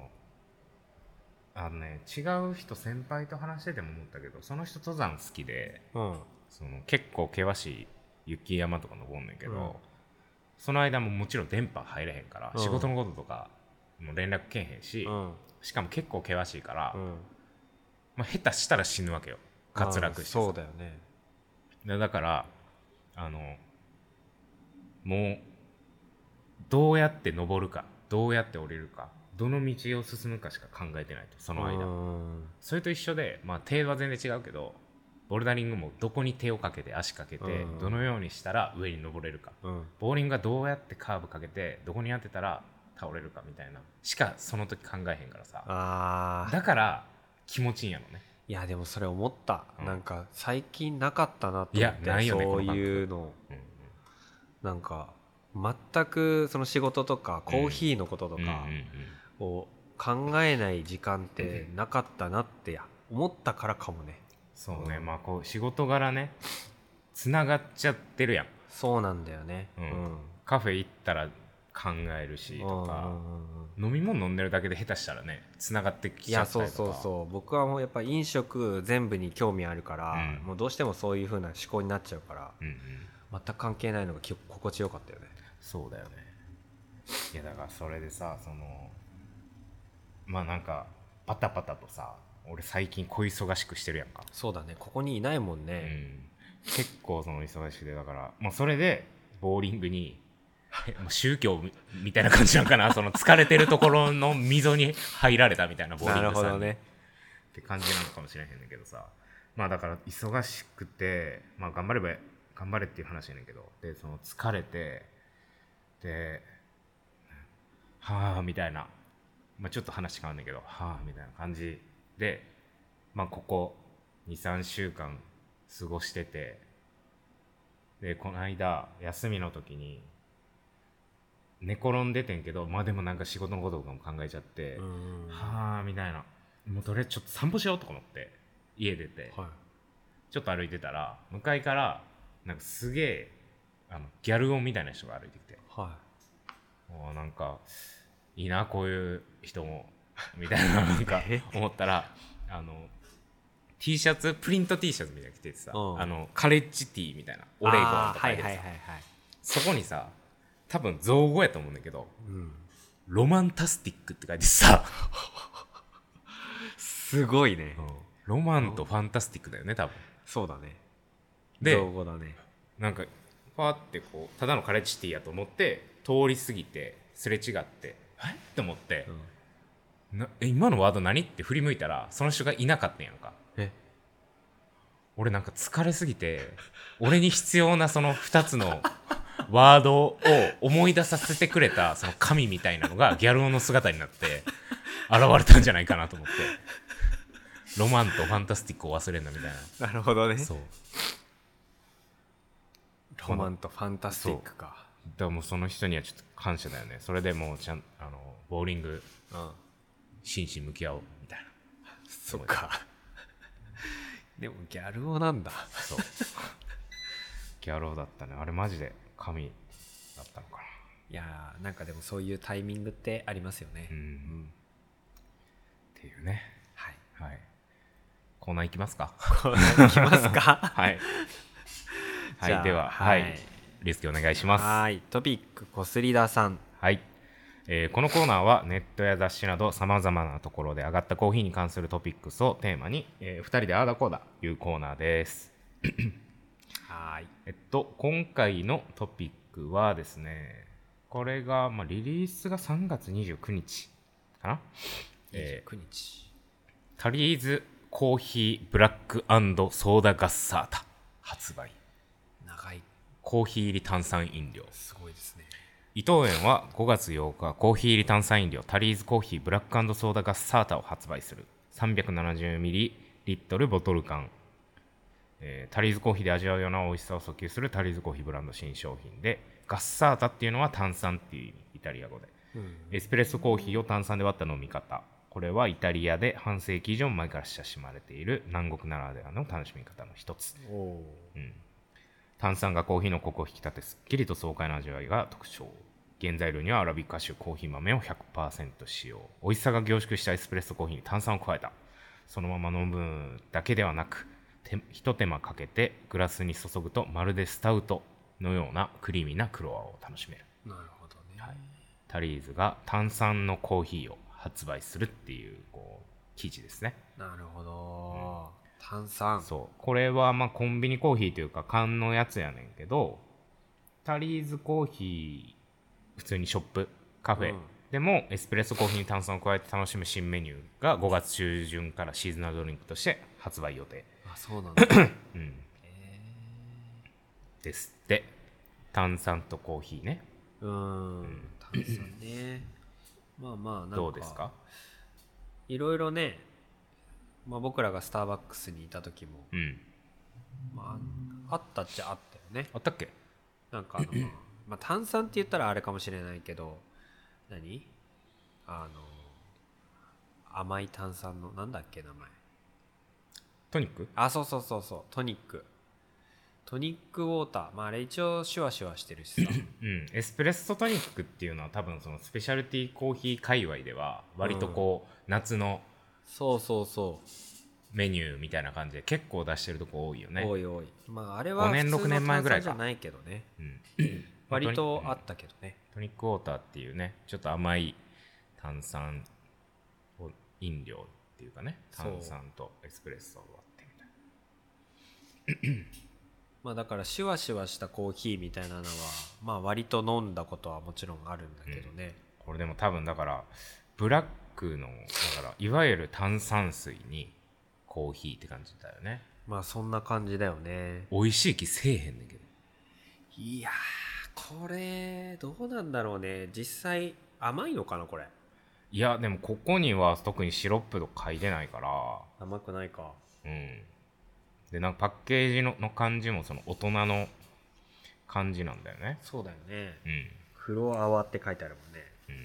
違う人先輩と話してても思ったけど、その人登山好きで、結構険しい雪山とか登んねんけど、その間もちろん電波入れへんから、仕事のこととかも連絡けへんし、しかも結構険しいから、下手したら死ぬわけよ、滑落して。 そうだよね。 だからもうどうやって登るかどうやって降りるかどの道を進むかしか考えてないと、その間。それと一緒で、手は全然違うけど、ボルダリングもどこに手をかけて足かけて、どのようにしたら上に登れるか、ボーリングがどうやってカーブかけてどこに当てたら倒れるかみたいなしかその時考えへんからさ。だから気持ちいいんやろね。 いやでもそれ思った、なんか最近なかったなと思って。ないよね、そういうの、なんか全くその仕事とかコーヒーのこととかを考えない時間ってなかったなって思ったからかもね。 そうね、まあこう仕事柄ねつながっちゃってるやん。 そうなんだよね、 カフェ行ったら考えるしとか、飲み物飲んでるだけで下手したらねつながってきちゃったりとか。 そう僕はもうやっぱ飲食全部に興味あるから、もうどうしてもそういう風な思考になっちゃうから、全く関係ないのが心地よかったよね。 そうだよね。いやだからそれでさ、まあなんかパタパタとさ、俺最近小忙しくしてるやんか。 そうだね、ここにいないもんね、 結構忙しくて、だからもうそれでボーリングにもう宗教みたいな感じなんかなその疲れてるところの溝に入られたみたいな、ボーリングさんに。なるほどねって感じなのかもしれへんねんけどさ、まあだから忙しくて、まあ頑張れっていう話やねんけど、でその疲れて、ではあみたいな、まあ、ちょっと話変わんねんけど、はあみたいな感じで、まあここ 2,3 週間過ごしてて、でこの間休みの時に寝転んでてんけど、まあでもなんか仕事のこととかも考えちゃって、はあみたいな、もうとりあえずちょっと散歩しようとか思って家出て、ちょっと歩いてたら向かいからなんかすげえギャル男みたいな人が歩いてきて、もうなんかいいなこういう人もみたいななんか思ったらT シャツ、プリント T シャツみたいなの着ててさ、カレッジティーみたいなオレゴンとか書いてさ、そこにさ多分造語やと思うんだけど、ロマンタスティックって書いてさすごいね、 ロマンとファンタスティックだよね多分。 そうだね、 で造語だね。 なんかパーってこうただのカレッジティーやと思って通り過ぎてすれ違って、って思って、今のワード何って振り向いたらその人がいなかったんやんか。俺なんか疲れすぎて俺に必要なその2つのワードを思い出させてくれたその神みたいなのがギャル男の姿になって現れたんじゃないかなと思って、ロマンとファンタスティックを忘れんなみたいな。 なるほどね。 そう、 ロマンとファンタスティックか。 だからもうその人にはちょっと感謝だよね。それでもうボーリング、真摯に向き合おうみたいな。 そっかでもギャル男なんだ。 そうギャル男だったねあれ、マジで神だったのかな。 いやーなんかでもそういうタイミングってありますよね。 っていうね。はい、コーナーいきますか。 コーナーいきますかはいはい、では、リスケお願いします。 はい、トピックこすりださん。 はい、このコーナーはネットや雑誌などさまざまなところで上がったコーヒーに関するトピックスをテーマに、2人であーだこーだいうコーナーですはい、 今回のトピックはですね、これが、リリースが3月29日かな。 29日、 タリーズコーヒーブラック&ソーダガッサータ発売。 長い。 コーヒー入り炭酸飲料。 すごいですね。 伊藤園は5月8日コーヒー入り炭酸飲料タリーズコーヒーブラック&ソーダガッサータを発売する。 370ml ボトル缶、タリーズコーヒーで味わうような美味しさを訴求するタリーズコーヒーブランド新商品で、ガッサータっていうのは炭酸っていう意味、イタリア語で、エスプレッソコーヒーを炭酸で割った飲み方。これはイタリアで半世紀以上前から親しまれている南国ならではの楽しみ方の一つ。炭酸がコーヒーのコクを引き立て、すっきりと爽快な味わいが特徴。原材料にはアラビカ種コーヒー豆を 100% 使用。美味しさが凝縮したエスプレッソコーヒーに炭酸を加えた。そのまま飲むだけではなく、一手間かけてグラスに注ぐとまるでスタウトのようなクリーミーな黒泡を楽しめる。 なるほどね。 タリーズが炭酸のコーヒーを発売するっていう記事ですね。 なるほど、炭酸。 そう、これはコンビニコーヒーというか缶のやつやねんけど、タリーズコーヒー普通にショップカフェ、でもエスプレッソコーヒーに炭酸を加えて楽しむ新メニューが5月中旬からシーズナルドリンクとして発売予定。 そうなんだですって。炭酸とコーヒーね。 炭酸ねなんかどうですか。 いろいろね、僕らがスターバックスにいた時も、あったっちゃあったよね。 あったっけ。 なんか炭酸って言ったらあれかもしれないけど、甘い炭酸のなんだっけ名前。 トニック。 あ、そうそうそうそう、トニックウォーター。まああれ一応シュワシュワしてるしさうん、エスプレッソトニックっていうのは多分そのスペシャルティーコーヒー界隈では割とこう、夏のそうそうそメニューみたいな感じで結構出してるとこ多いよね。 多い多い。まああれは 5年普通 6年前のぐらいか炭酸じゃないけどね、 うん、 割とあったけどね。 トニックウォーターっていうねちょっと甘い炭酸飲料っていうかね、炭酸とエスプレッソを割ってみたいな。 まあだからシュワシュワしたコーヒーみたいなのはまあ割と飲んだことはもちろんあるんだけどね、 これでも多分だからブラックのだからいわゆる炭酸水にコーヒーって感じだよね。 まあそんな感じだよね。 美味しい気せえへんねんけど。 いやーこれどうなんだろうね、実際甘いのかなこれ。 いやでもここには特にシロップとか書いてないから。 甘くないか。 うんでなんかパッケージの感じもその大人の感じなんだよね。 そうだよね、 うん黒泡って書いてあるもんね。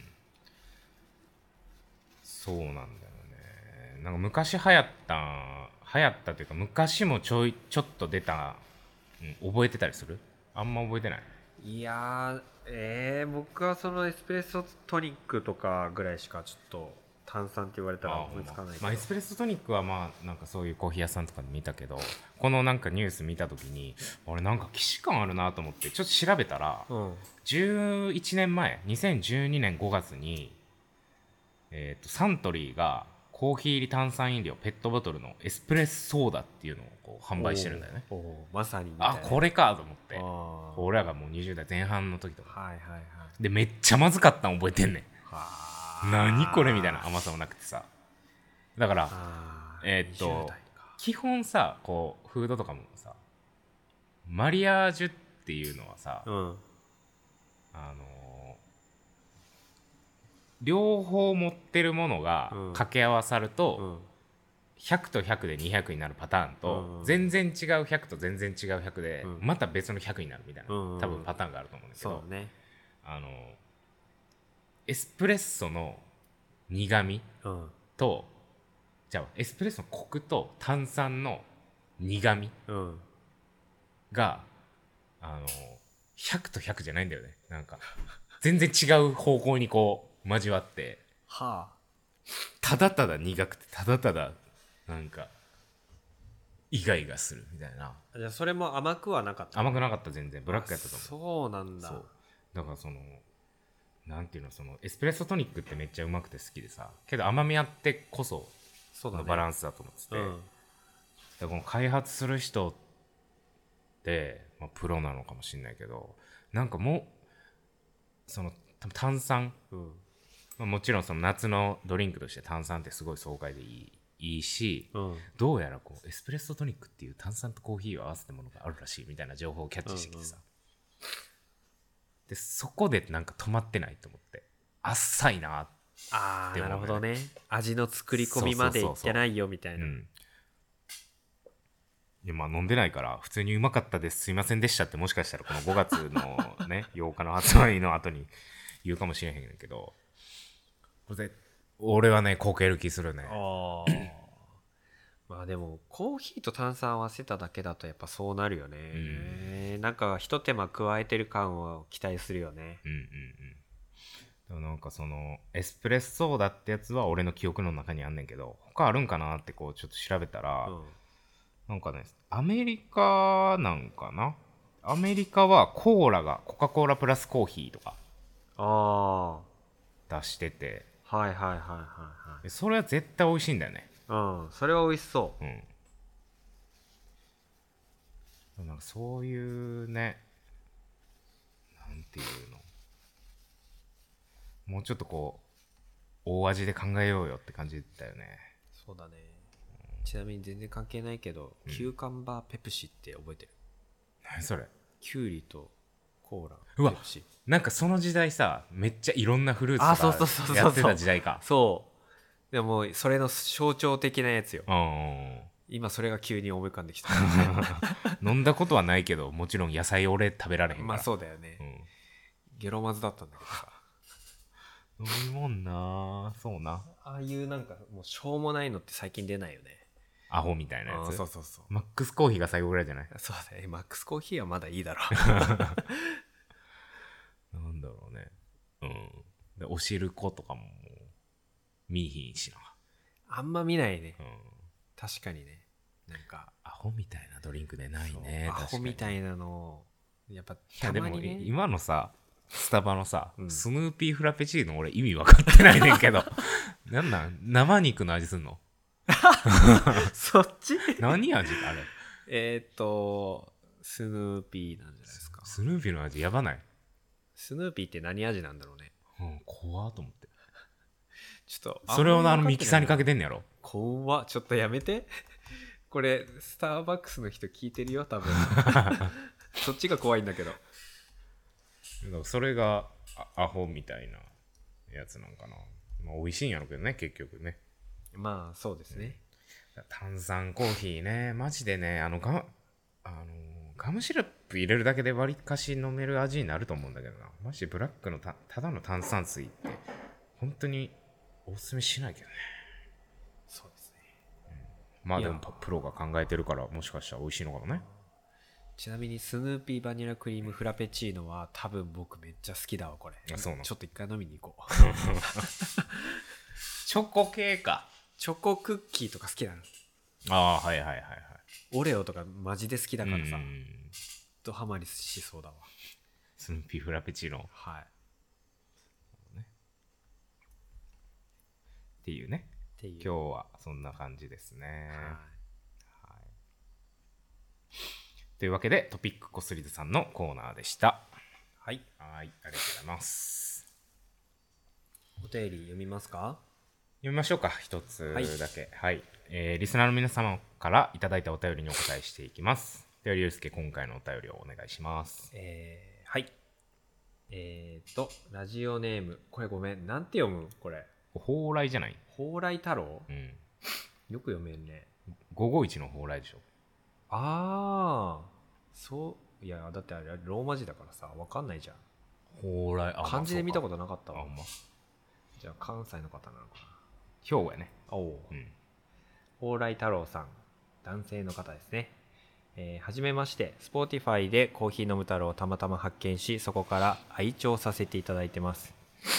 そうなんだよね。なんか昔流行ったというか昔もちょっと出た、覚えてたりする？あんま覚えてない。 いやー僕はそのエスプレッソトニックとかぐらいしかちょっと炭酸って言われたら思いつかないけど、 まあ、エスプレッソトニックはまあなんかそういうコーヒー屋さんとかで見たけど、このなんかニュース見た時に俺なんか既視感あるなと思ってちょっと調べたら、11年前2012年5月に、サントリーがコーヒー入り炭酸飲料ペットボトルのエスプレッソーダっていうのをこう販売してるんだよね。 まさにみたいな。 あこれかと思って、俺らがもう20代前半の時とか、 はいはいはい。 でめっちゃまずかったの覚えてんねん。何これみたいな甘さもなくてさ。だから基本さこうフードとかもさマリアージュっていうのはさ、両方持ってるものが掛け合わさると、100と100で200になるパターンと、全然違う100と全然違う100で、また別の100になるみたいな、多分パターンがあると思うんだけど、 そうね、 エスプレッソの苦味と、じゃあエスプレッソのコクと炭酸の苦味が、100と100じゃないんだよね。なんか全然違う方向にこう交わって、ただただ苦くてただただなんかイガイガするみたいな。 じゃあそれも甘くはなかった？ 甘くなかった、全然ブラックやったと思う。そうなんだ。 そうだからそのなんていうの、そのエスプレッソトニックってめっちゃうまくて好きでさ、けど甘みあってこそのバランスだと思ってて、だからこの開発する人って、まあ、プロなのかもしれないけど、なんかもうその炭酸、まあ、もちろんその夏のドリンクとして炭酸ってすごい爽快でいいし、どうやらこうエスプレッソトニックっていう炭酸とコーヒーを合わせたものがあるらしいみたいな情報をキャッチしてきてさ、でそこでなんか止まってないと思って、あっさいなって思う、 なるほどね。味の作り込みまでいってないよみたいな。 いやまあ飲んでないから普通にうまかったですすいませんでしたってもしかしたらこの5月のね8日の発売の後に言うかもしれへんけど、これ俺はねこける気するね。 まあでもコーヒーと炭酸合わせただけだとやっぱそうなるよね、なんか一手間加えてる感を期待するよね。 でもなんかそのエスプレッソーダってやつは俺の記憶の中にあんねんけど、他あるんかなってこうちょっと調べたら、なんかねアメリカなんかな、アメリカはコカ・コーラプラスコーヒーとか出してて、それは絶対美味しいんだよね。 それは美味しそう。 なんかそういうね、なんていうの、もうちょっとこう大味で考えようよって感じだよね。 そうだね、ちなみに全然関係ないけど、キューカンバーペプシって覚えてる？ 何それ？ キュウリとコーラペプシ。なんかその時代さめっちゃいろんなフルーツとかやってた時代か。 でもそれの象徴的なやつよ。今それが急に思い浮かんできた飲んだことはないけどもちろん野菜俺食べられへんから。 まあそうだよね、ゲロまずだったんだけどさ飲みもんな、そうな、 ああいうなんかもうしょうもないのって最近出ないよね。 アホみたいなやつ。 そうそうそう。 マックスコーヒーが最後ぐらいじゃない？ そうだね。マックスコーヒーはまだいいだろなんだろうね。うん。で、おしることかももう見いひんしな。 あんま見ないね。 うん。 確かにね。なんかアホみたいなドリンクでないね。 アホみたいいなのやっぱいやでもたまにね。 今のさ、スタバのさ、 うんスヌーピーフラペチーノ俺意味分かってないねんけどなん生肉の味すんの？ そっち何味あれ？ スヌーピーなんじゃないですか。 スヌーピーの味やばない？ スヌーピーって何味なんだろうね。 怖っと思って。 ちょっとそれをミキサーにかけててんねやろ？ 怖っ。ちょっとやめてこれスターバックスの人聞いてるよ多分そっちが怖いんだけど。 それがアホみたいなやつなんかな。まあ美味しいんやろうけどね、結局ね。 まあそうですね、 炭酸コーヒーね、マジでね、ガムシロップ入れるだけでわりかし飲める味になると思うんだけどな。マジでブラックのただの炭酸水って本当におすすめしないけどね。 そうですね。 まあでもプロが考えてるからもしかしたら美味しいのかもね。 ちなみにスヌーピーバニラクリームフラペチーノは多分僕めっちゃ好きだわこれ。 あ、そうなの？ ちょっと一回飲みに行こうチョコ系か。 チョコクッキーとか好きなの。 ああ、はいはいはいはい。 オレオとかマジで好きだからさ、 うんドハマりしそうだわ。 スヌーピーフラペチーノはい。 っていうね。 っていう。 今日はそんな感じですね。 はい。 というわけでトピックコスリズさんのコーナーでした。 はい。 はい、ありがとうございます。 お便り読みますか？ 読みましょうか、一つだけ。はい、リスナーの皆様からいただいたお便りにお答えしていきます。では、りゅうすけ、今回のお便りをお願いします。 はい。ラジオネーム、これごめん、なんて読むこれ。 蓬莱じゃない？ 蓬莱太郎？ うん。 よく読めんね。 551の蓬莱でしょ。 ああ、そう、いや、だってあれ、ローマ字だからさ、わかんないじゃん。 蓬莱、 漢字で見たことなかったわ。 あ、まあ、 じゃあ、関西の方なのか兵庫やね。 な。おお。 うん。 蓬莱太郎さん、男性の方ですね。はじめまして、Spotify でコーヒー飲む太郎をたまたま発見し、そこから愛聴させていただいてます。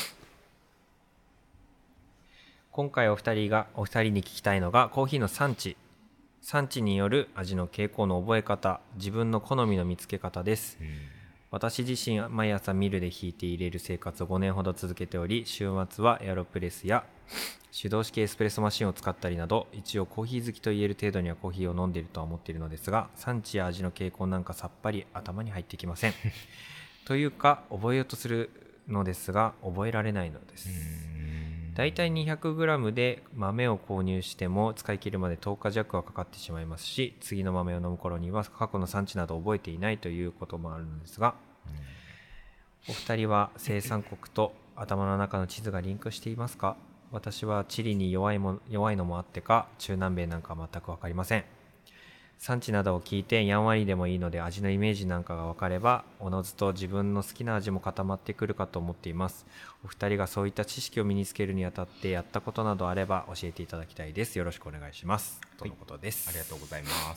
今回お二人に聞きたいのがコーヒーの産地による味の傾向の覚え方、自分の好みの見つけ方です。私自身毎朝ミルでひいて入れる生活を5年ほど続けており、週末はエアロプレスや手動式エスプレッソマシンを使ったりなど、一応コーヒー好きと言える程度にはコーヒーを飲んでいるとは思っているのですが、産地や味の傾向なんかさっぱり頭に入ってきませんというか覚えようとするのですが覚えられないのです。だいたい 200g で豆を購入しても使い切るまで10日弱はかかってしまいますし、次の豆を飲む頃には過去の産地など覚えていないということもあるのですが、お二人は生産国と頭の中の地図がリンクしていますか？私は地理に弱いのもあってか、中南米なんか全く分かりません。産地などを聞いてやんわりでもいいので味のイメージなんかが分かれば、おのずと自分の好きな味も固まってくるかと思っています。お二人がそういった知識を身につけるにあたってやったことなどあれば教えていただきたいです。よろしくお願いします、とのことです。 ありがとうございます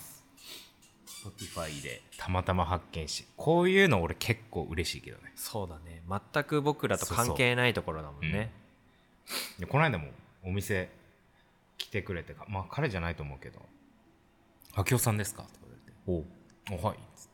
。Spotify でたまたま発見し、こういうの俺結構嬉しいけどね。 そうだね、全く僕らと関係ないところだもんね。 でこの間もお店来てくれて、まあ彼じゃないと思うけど、明夫さんですかとか言われて、おはいっつって、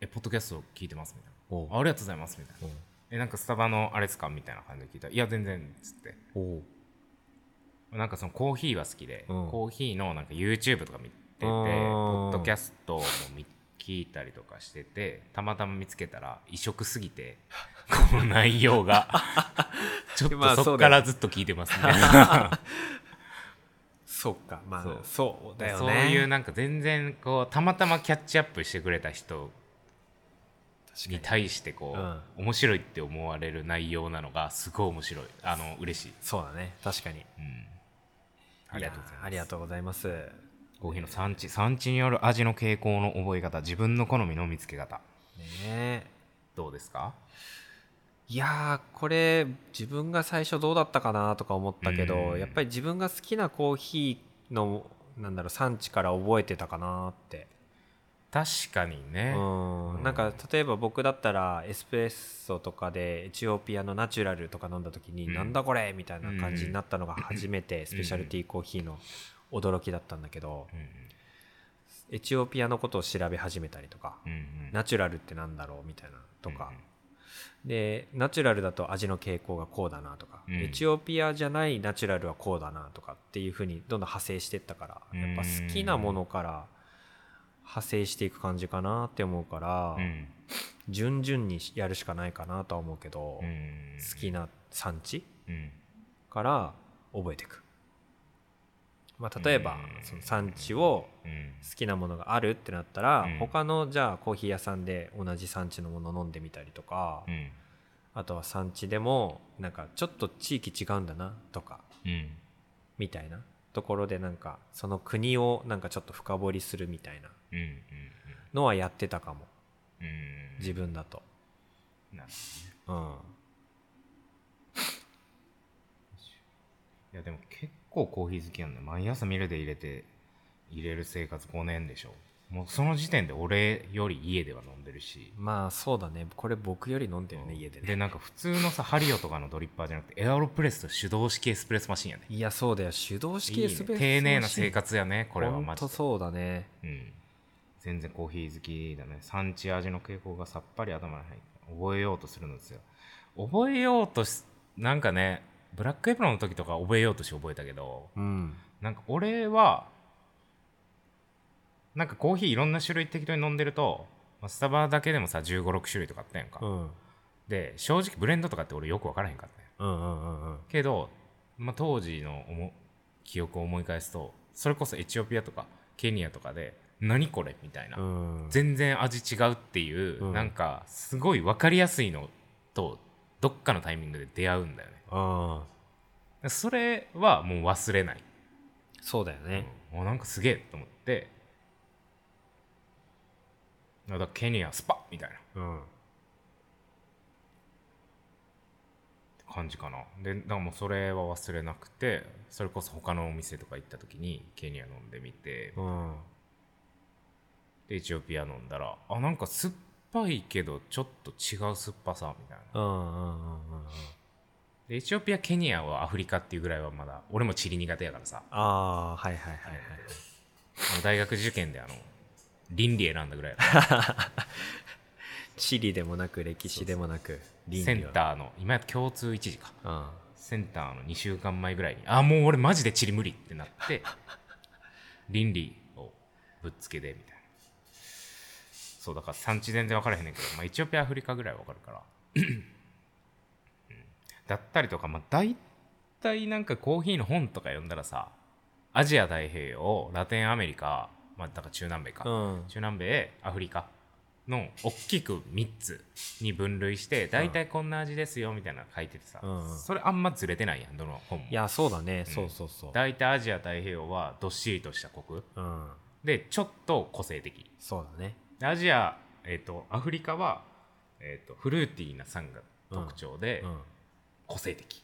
ポッドキャスト聞いてますみたいな、ありがとうございますみたいな、なんかスタバのあれですかみたいな感じで聞いたら、いや全然っつって、なんかそのコーヒーは好きで、コーヒーのなんか YouTube とか見てて、ポッドキャストも聞いたりとかしてて、たまたま見つけたら異色すぎてこの内容がちょっとそっからずっと聞いてますみたいなそうか、まあそうだよね。 そういうなんか全然こうたまたまキャッチアップしてくれた人に対してこう、面白いって思われる内容なのがすごい面白い、嬉しい。 そうだね、確かに、 ありがとうございます。 ありがとうございます。 コーヒーの産地による味の傾向の覚え方、自分の好みの見つけ方ね。 どうですか？ いやー、これ自分が最初どうだったかなとか思ったけど、やっぱり自分が好きなコーヒーのなんだろう産地から覚えてたかなって。 確かにね。 なんか例えば僕だったらエスプレッソとかでエチオピアのナチュラルとか飲んだ時に、なんだこれみたいな感じになったのが初めてスペシャルティーコーヒーの驚きだったんだけど、エチオピアのことを調べ始めたりとか、ナチュラルってなんだろうみたいなとか、でナチュラルだと味の傾向がこうだなとか、エチオピアじゃないナチュラルはこうだなとかっていう風にどんどん派生していったから、やっぱ好きなものから派生していく感じかなって思うから、順々にやるしかないかなとは思うけど、好きな産地から覚えていく。まあ、例えばその産地を好きなものがあるってなったら、他のじゃあコーヒー屋さんで同じ産地のもの飲んでみたりとか、あとは産地でもなんかちょっと地域違うんだなとか、みたいなところでなんかその国をなんかちょっと深掘りするみたいなのはやってたかも、自分だと。 なるほどね。いやでも結構コーヒー好きなんだよ。毎朝ミルで入れる生活5年でしょ。もうその時点で俺より家では飲んでるし。 まあそうだね、これ僕より飲んでるね、家でね。 でなんか普通のさハリオとかのドリッパーじゃなくてエアロプレスと手動式エスプレスマシンやね。 いやそうだよ、手動式エスプレスマシン。 丁寧な生活やねこれは。マジでほんとそうだね。 全然コーヒー好きだね。産地味の傾向がさっぱり頭に入って覚えようとするんですよ。覚えようとなんかね、ブラックエプロンの時とか覚えようとして覚えたけど、なんか俺はなんかコーヒーいろんな種類適当に飲んでると、スタバだけでもさ15、6種類とかあったやんか、で正直ブレンドとかって俺よく分からへんかったね、けど、当時の記憶を思い返すと、それこそエチオピアとかケニアとかで何これみたいな、全然味違うっていう、なんかすごい分かりやすいのとどっかのタイミングで出会うんだよね。それはもう忘れない。 そうだよね。 もうなんかすげえと思って、だからケニアスパッみたいな、感じかな。でだからもうそれは忘れなくて、それこそ他のお店とか行った時にケニア飲んでみて、でエチオピア飲んだら、なんか酸っぱいけどちょっと違う酸っぱさみたいな。でエチオピアケニアはアフリカっていうぐらいはまだ、俺もチリ苦手やからさ。大学受験で倫理選んだぐらい地理でもなく歴史でもなく倫理。 センターの今や共通一次か、センターの2週間前ぐらいにもう俺マジで地理無理ってなって倫理をぶっつけでみたいな。そうだから産地全然分からへんねんけど、エチオピアアフリカぐらい分かるからだったりとか、大体なんかコーヒーの本とか読んだらさ、アジア太平洋、ラテンアメリカ、だから中南米か、中南米、アフリカの大きく3つに分類して大体こんな味ですよみたいなの書いててさ、それあんまずれてないやん、どの本も。 いやそうだね、そう大体アジア太平洋はどっしりとしたコク、でちょっと個性的。 そうだね。 アジア、アフリカは、フルーティーな酸が特徴で、個性的、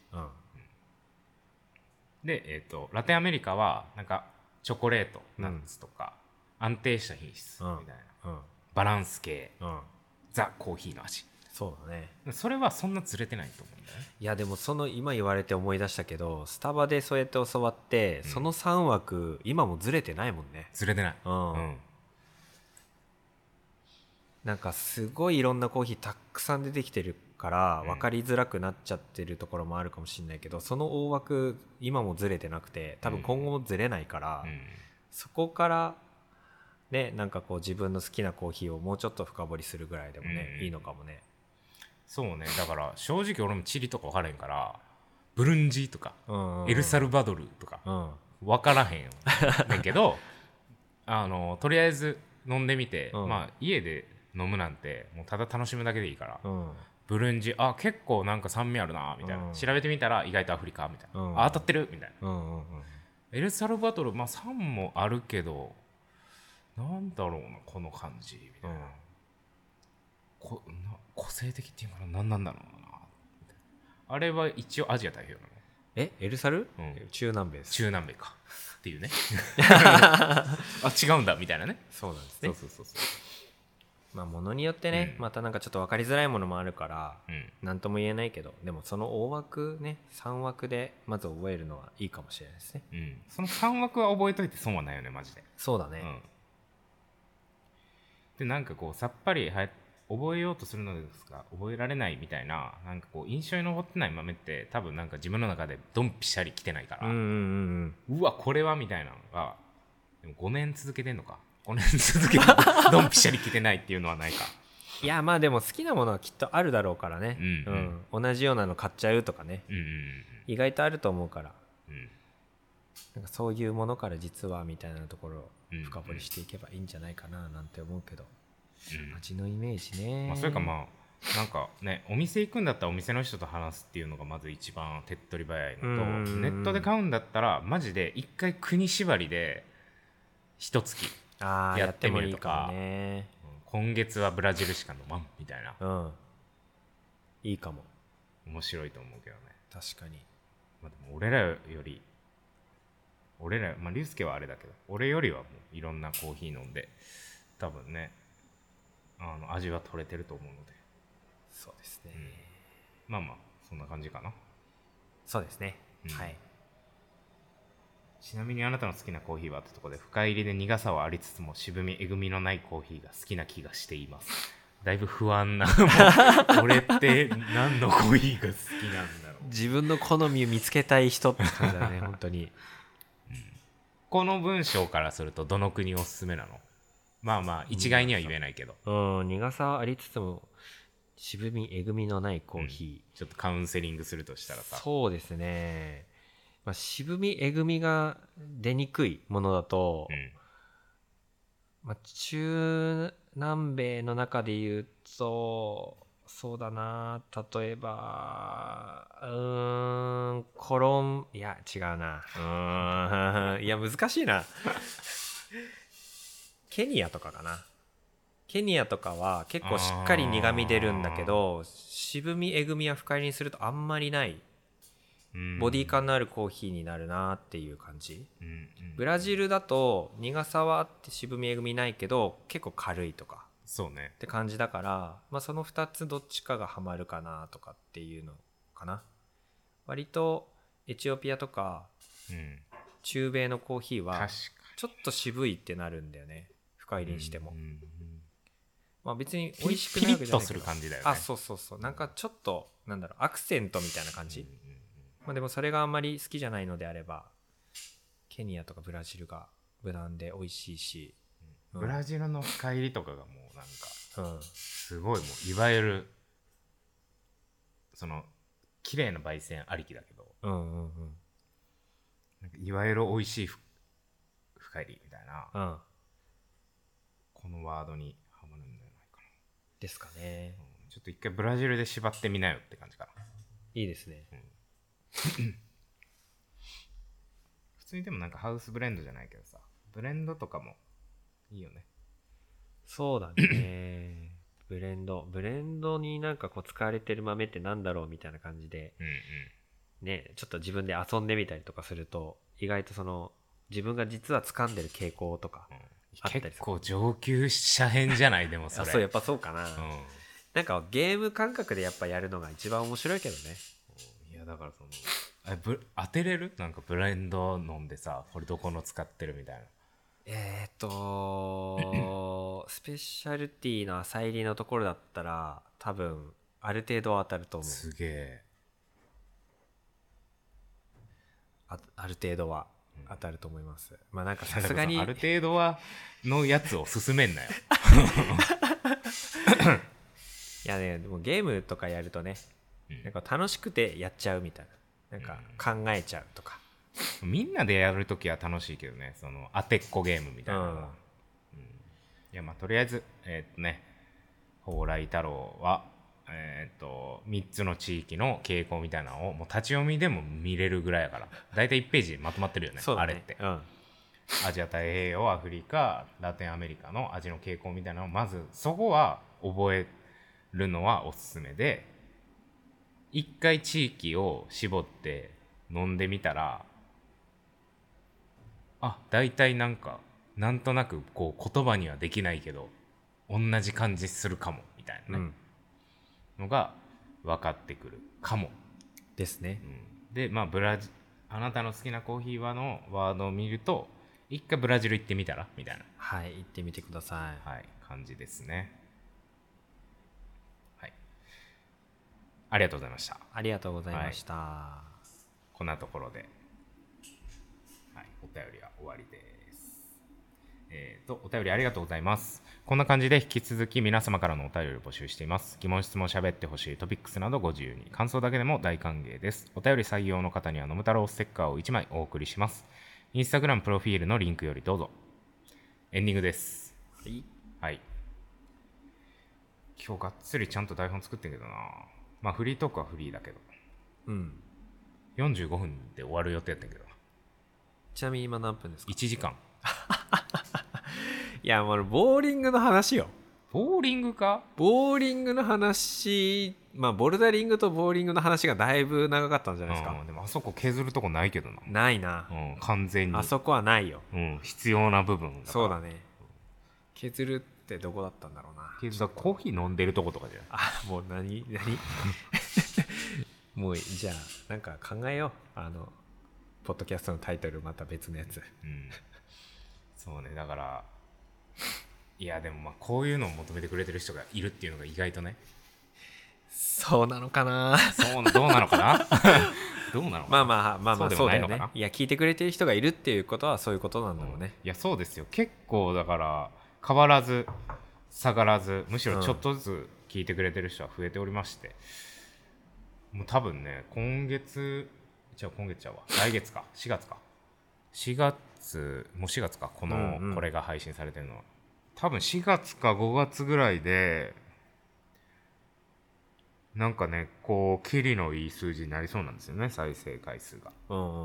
で、ラテンアメリカはなんかチョコレート、ナッツとか、安定した品質みたいな、バランス系、ザ・コーヒーの味。 そうだね。 それはそんなずれてないと思うんだよね。 いやでも今言われて思い出したけど、スタバでそうやって教わって、その3枠今もずれてないもんね。 ずれてない。 なんかすごいいろんなコーヒーたくさん出てきてるから分かりづらくなっちゃってるところもあるかもしれないけど、その大枠今もずれてなくて、多分今後もずれないから、そこからね、なんかこう自分の好きなコーヒーをもうちょっと深掘りするぐらいでもね、いいのかもね。 そうね。だから正直俺もチリとか分からへんから、ブルンジとか、エルサルバドルとか分からへんよだけどとりあえず飲んでみて、家で飲むなんてもうただ楽しむだけでいいから、ブルンジ結構なんか酸味あるなみたいな、調べてみたら意外とアフリカみたいな、当たってるみたいな、エルサルバドル酸もあるけどなんだろうなこの感じみたいな、個性的っていうかな、何なんだろうな。あれは一応アジア太平洋なの？ エルサル、 うん中南米です。 中南米かっていうねあ違うんだみたいなね。 そうなんですね。 そうまあ物によってね、またなんかちょっと分かりづらいものもあるから何とも言えないけど、でもその大枠ね3枠でまず覚えるのはいいかもしれないですね。 その3枠は覚えといて損はないよねマジで。 そうだね。 でなんかこうさっぱり覚えようとするのですが覚えられないみたいな、なんかこう印象に残ってない豆って多分なんか自分の中でドンピシャリ来てないから、うわこれはみたいなのがでも5年続けてんのか、5年続けてドンピシャリ来てないっていうのはないか。 いやまあでも好きなものはきっとあるだろうからね、同じようなの買っちゃうとかね、意外とあると思うから、なんかそういうものから実はみたいなところを深掘りしていけばいいんじゃないかななんて思うけど、味のイメージね。 それかまあなんかね、お店行くんだったらお店の人と話すっていうのがまず一番手っ取り早いのと、ネットで買うんだったらマジで一回国縛りで一月やってみるとか、今月はブラジルしか飲まんみたいな、 いいかも。 面白いと思うけどね。 確かに。 まあ、でも俺らよりまあ龍介はあれだけど俺よりはもういろんなコーヒー飲んで多分ね味は取れてると思うので。 そうですね、 まあまあそんな感じかな。 そうですね、はい。 ちなみにあなたの好きなコーヒーはってところで、深入りで苦さはありつつも渋みえぐみのないコーヒーが好きな気がしています。だいぶ不安な俺って何のコーヒーが好きなんだろう。 自分の好みを見つけたい人って感じだね本当に、 この文章からするとどの国おすすめなの？まあまあ一概には言えないけど、 苦さはありつつも渋みえぐみのないコーヒー、ちょっとカウンセリングするとしたらさ。 そうですね、まあ、渋みえぐみが出にくいものだと、まあ、中南米の中で言うとそうだな、例えばいや違うな、いや難しいなケニアとかかな。ケニアとかは結構しっかり苦み出るんだけど渋みえぐみは深入りにするとあんまりないボディ感のあるコーヒーになるなっていう感じ、ブラジルだと苦さはあって渋みえぐみないけど結構軽いとかそうねって感じだから、まあ、その2つどっちかがハマるかなとかっていうのかな。割とエチオピアとか、中米のコーヒーはちょっと渋いってなるんだよね、深入りにしても、まあ、別に美味しくないわけじゃないけど、 ピリッとする感じだよね。 そうなんかちょっとなんだろう、アクセントみたいな感じ、まあ、でもそれがあんまり好きじゃないのであればケニアとかブラジルが無難で美味しいし、 ブラジルの深入りとかがもうなんか、すごいもういわゆるその綺麗な焙煎ありきだけど、なんかいわゆる美味しい深入りみたいな、このワードにハマるんじゃないかなですかね、 ちょっと一回ブラジルで縛ってみなよって感じかな。 いいですね、 普通にでもなんかハウスブレンドじゃないけどさ、ブレンドとかもいいよね。 そうだねブレンドになんかこう使われてる豆ってなんだろうみたいな感じで、ね、ちょっと自分で遊んでみたりとかすると意外とその自分が実は掴んでる傾向とかあったりする、 結構上級者編じゃないでもそれそうやっぱそうかな、なんかゲーム感覚でやっぱやるのが一番面白いけどね。 いやだからその当てれる？なんかブレンド飲んでさ、これどこの使ってるみたいな。 スペシャルティの浅入りのところだったら多分ある程度当たると思う。 すげえ。 ある程度は当たると思います。まあなんかさすがにある程度はのやつを進めんなよいやね、でもゲームとかやるとね、なんか楽しくてやっちゃうみたいな、なんか考えちゃうとか、 みんなでやるときは楽しいけどね、その当てっこゲームみたいなのは、いやまあとりあえず蓬莱太郎は3つの地域の傾向みたいなのをもう立ち読みでも見れるぐらいやから、だいたい1ページまとまってるよね。 そうだね、 あれって、アジア太平洋アフリカラテンアメリカの味の傾向みたいなのをまずそこは覚えるのはおすすめで、一回地域を絞って飲んでみたら、大体なんとなくこう言葉にはできないけど同じ感じするかもみたいなね、のが分かってくるかもですね。 であなたの好きなコーヒーはのワードを見ると一回ブラジル行ってみたらみたいな、 はい、行ってみてください。 はい、感じですね。はい、ありがとうございました。 ありがとうございました。 こんなところで、はい、お便りは終わりです。お便りありがとうございます。こんな感じで引き続き皆様からのお便りを募集しています。疑問質問、喋ってほしいトピックスなどご自由に、感想だけでも大歓迎です。お便り採用の方には飲む太郎ステッカーを1枚お送りします。インスタグラムプロフィールのリンクよりどうぞ。エンディングです。はい、今日がっつりちゃんと台本作ってんけどな。まあフリートークはフリーだけど、45分で終わる予定やったんけど。 ちなみに今何分ですか？ 1時間。 いやもうボーリングの話よ。 ボーリングか？ ボーリングの話、ボルダリングとボーリングの話がだいぶ長かったんじゃないですか。 でもあそこ削るとこないけどな。 ないな、 完全にあそこはないよ。 必要な部分だ。 そうだね。削るってどこだったんだろうな。 削るコーヒー飲んでるとことかじゃない。 もう何もうじゃあなんか考えよう。ポッドキャストのタイトルまた別のやつ。 そうね。だからいやでもこういうのを求めてくれてる人がいるっていうのが意外とね。 そうなのかな。 どうなのかなどうなのかな。 まあそうだよね。いや聞いてくれてる人がいるっていうことはそういうことなんだろうね。 いやそうですよ。結構だから変わらず下がらず、むしろちょっとずつ聞いてくれてる人は増えておりまして、もう多分ね来月は来月か4月か4月かこれが配信されてるのは多分4月か5月ぐらいで、なんかねこうキリのいい数字になりそうなんですよね、再生回数が。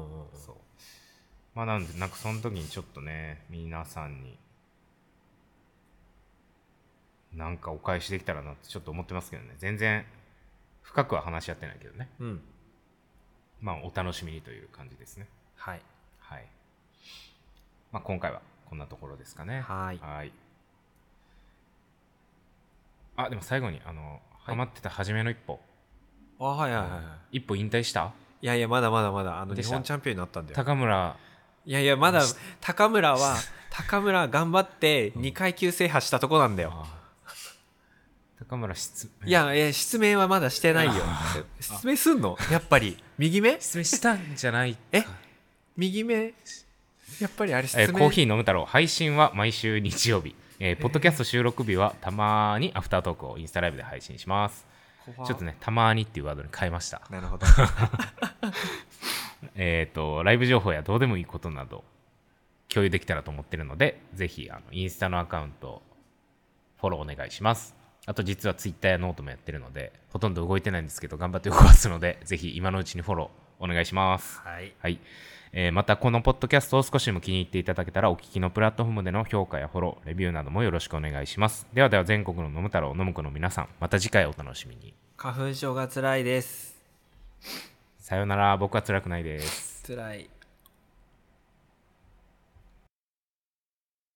そうなんでなんかその時にちょっとね皆さんになんかお返しできたらなってちょっと思ってますけどね。全然深くは話し合ってないけどね。お楽しみにという感じですね。 はい。 今回はこんなところですかね。 はい。 でも最後にハマってた初めの一歩。一歩引退した？ いやまだ日本チャンピオンになったんだよ。 高村。 いやまだ高村頑張って2階級制覇したとこなんだよ。 高村いや失明はまだしてないよ。失明すんの？やっぱり右目？ 失明したんじゃない？ 右目？やっぱりあれ失明。 コーヒー飲む太郎配信は毎週日曜日。ポッドキャスト収録日はたまにアフタートークをインスタライブで配信します。ちょっとねたまにっていうワードに変えました。 なるほど。 ライブ情報やどうでもいいことなど共有できたらと思ってるので、ぜひインスタのアカウントフォローお願いします。あと実はツイッターやノートもやってるのでほとんど動いてないんですけど頑張って動かすので、ぜひ今のうちにフォローお願いします。またこのポッドキャストを少しでも気に入っていただけたらお聞きのプラットフォームでの評価やフォローレビューなどもよろしくお願いします。では全国の飲む太郎飲む子の皆さん、また次回お楽しみに。 花粉症が辛いです。 さよなら。僕は辛くないです。 辛い。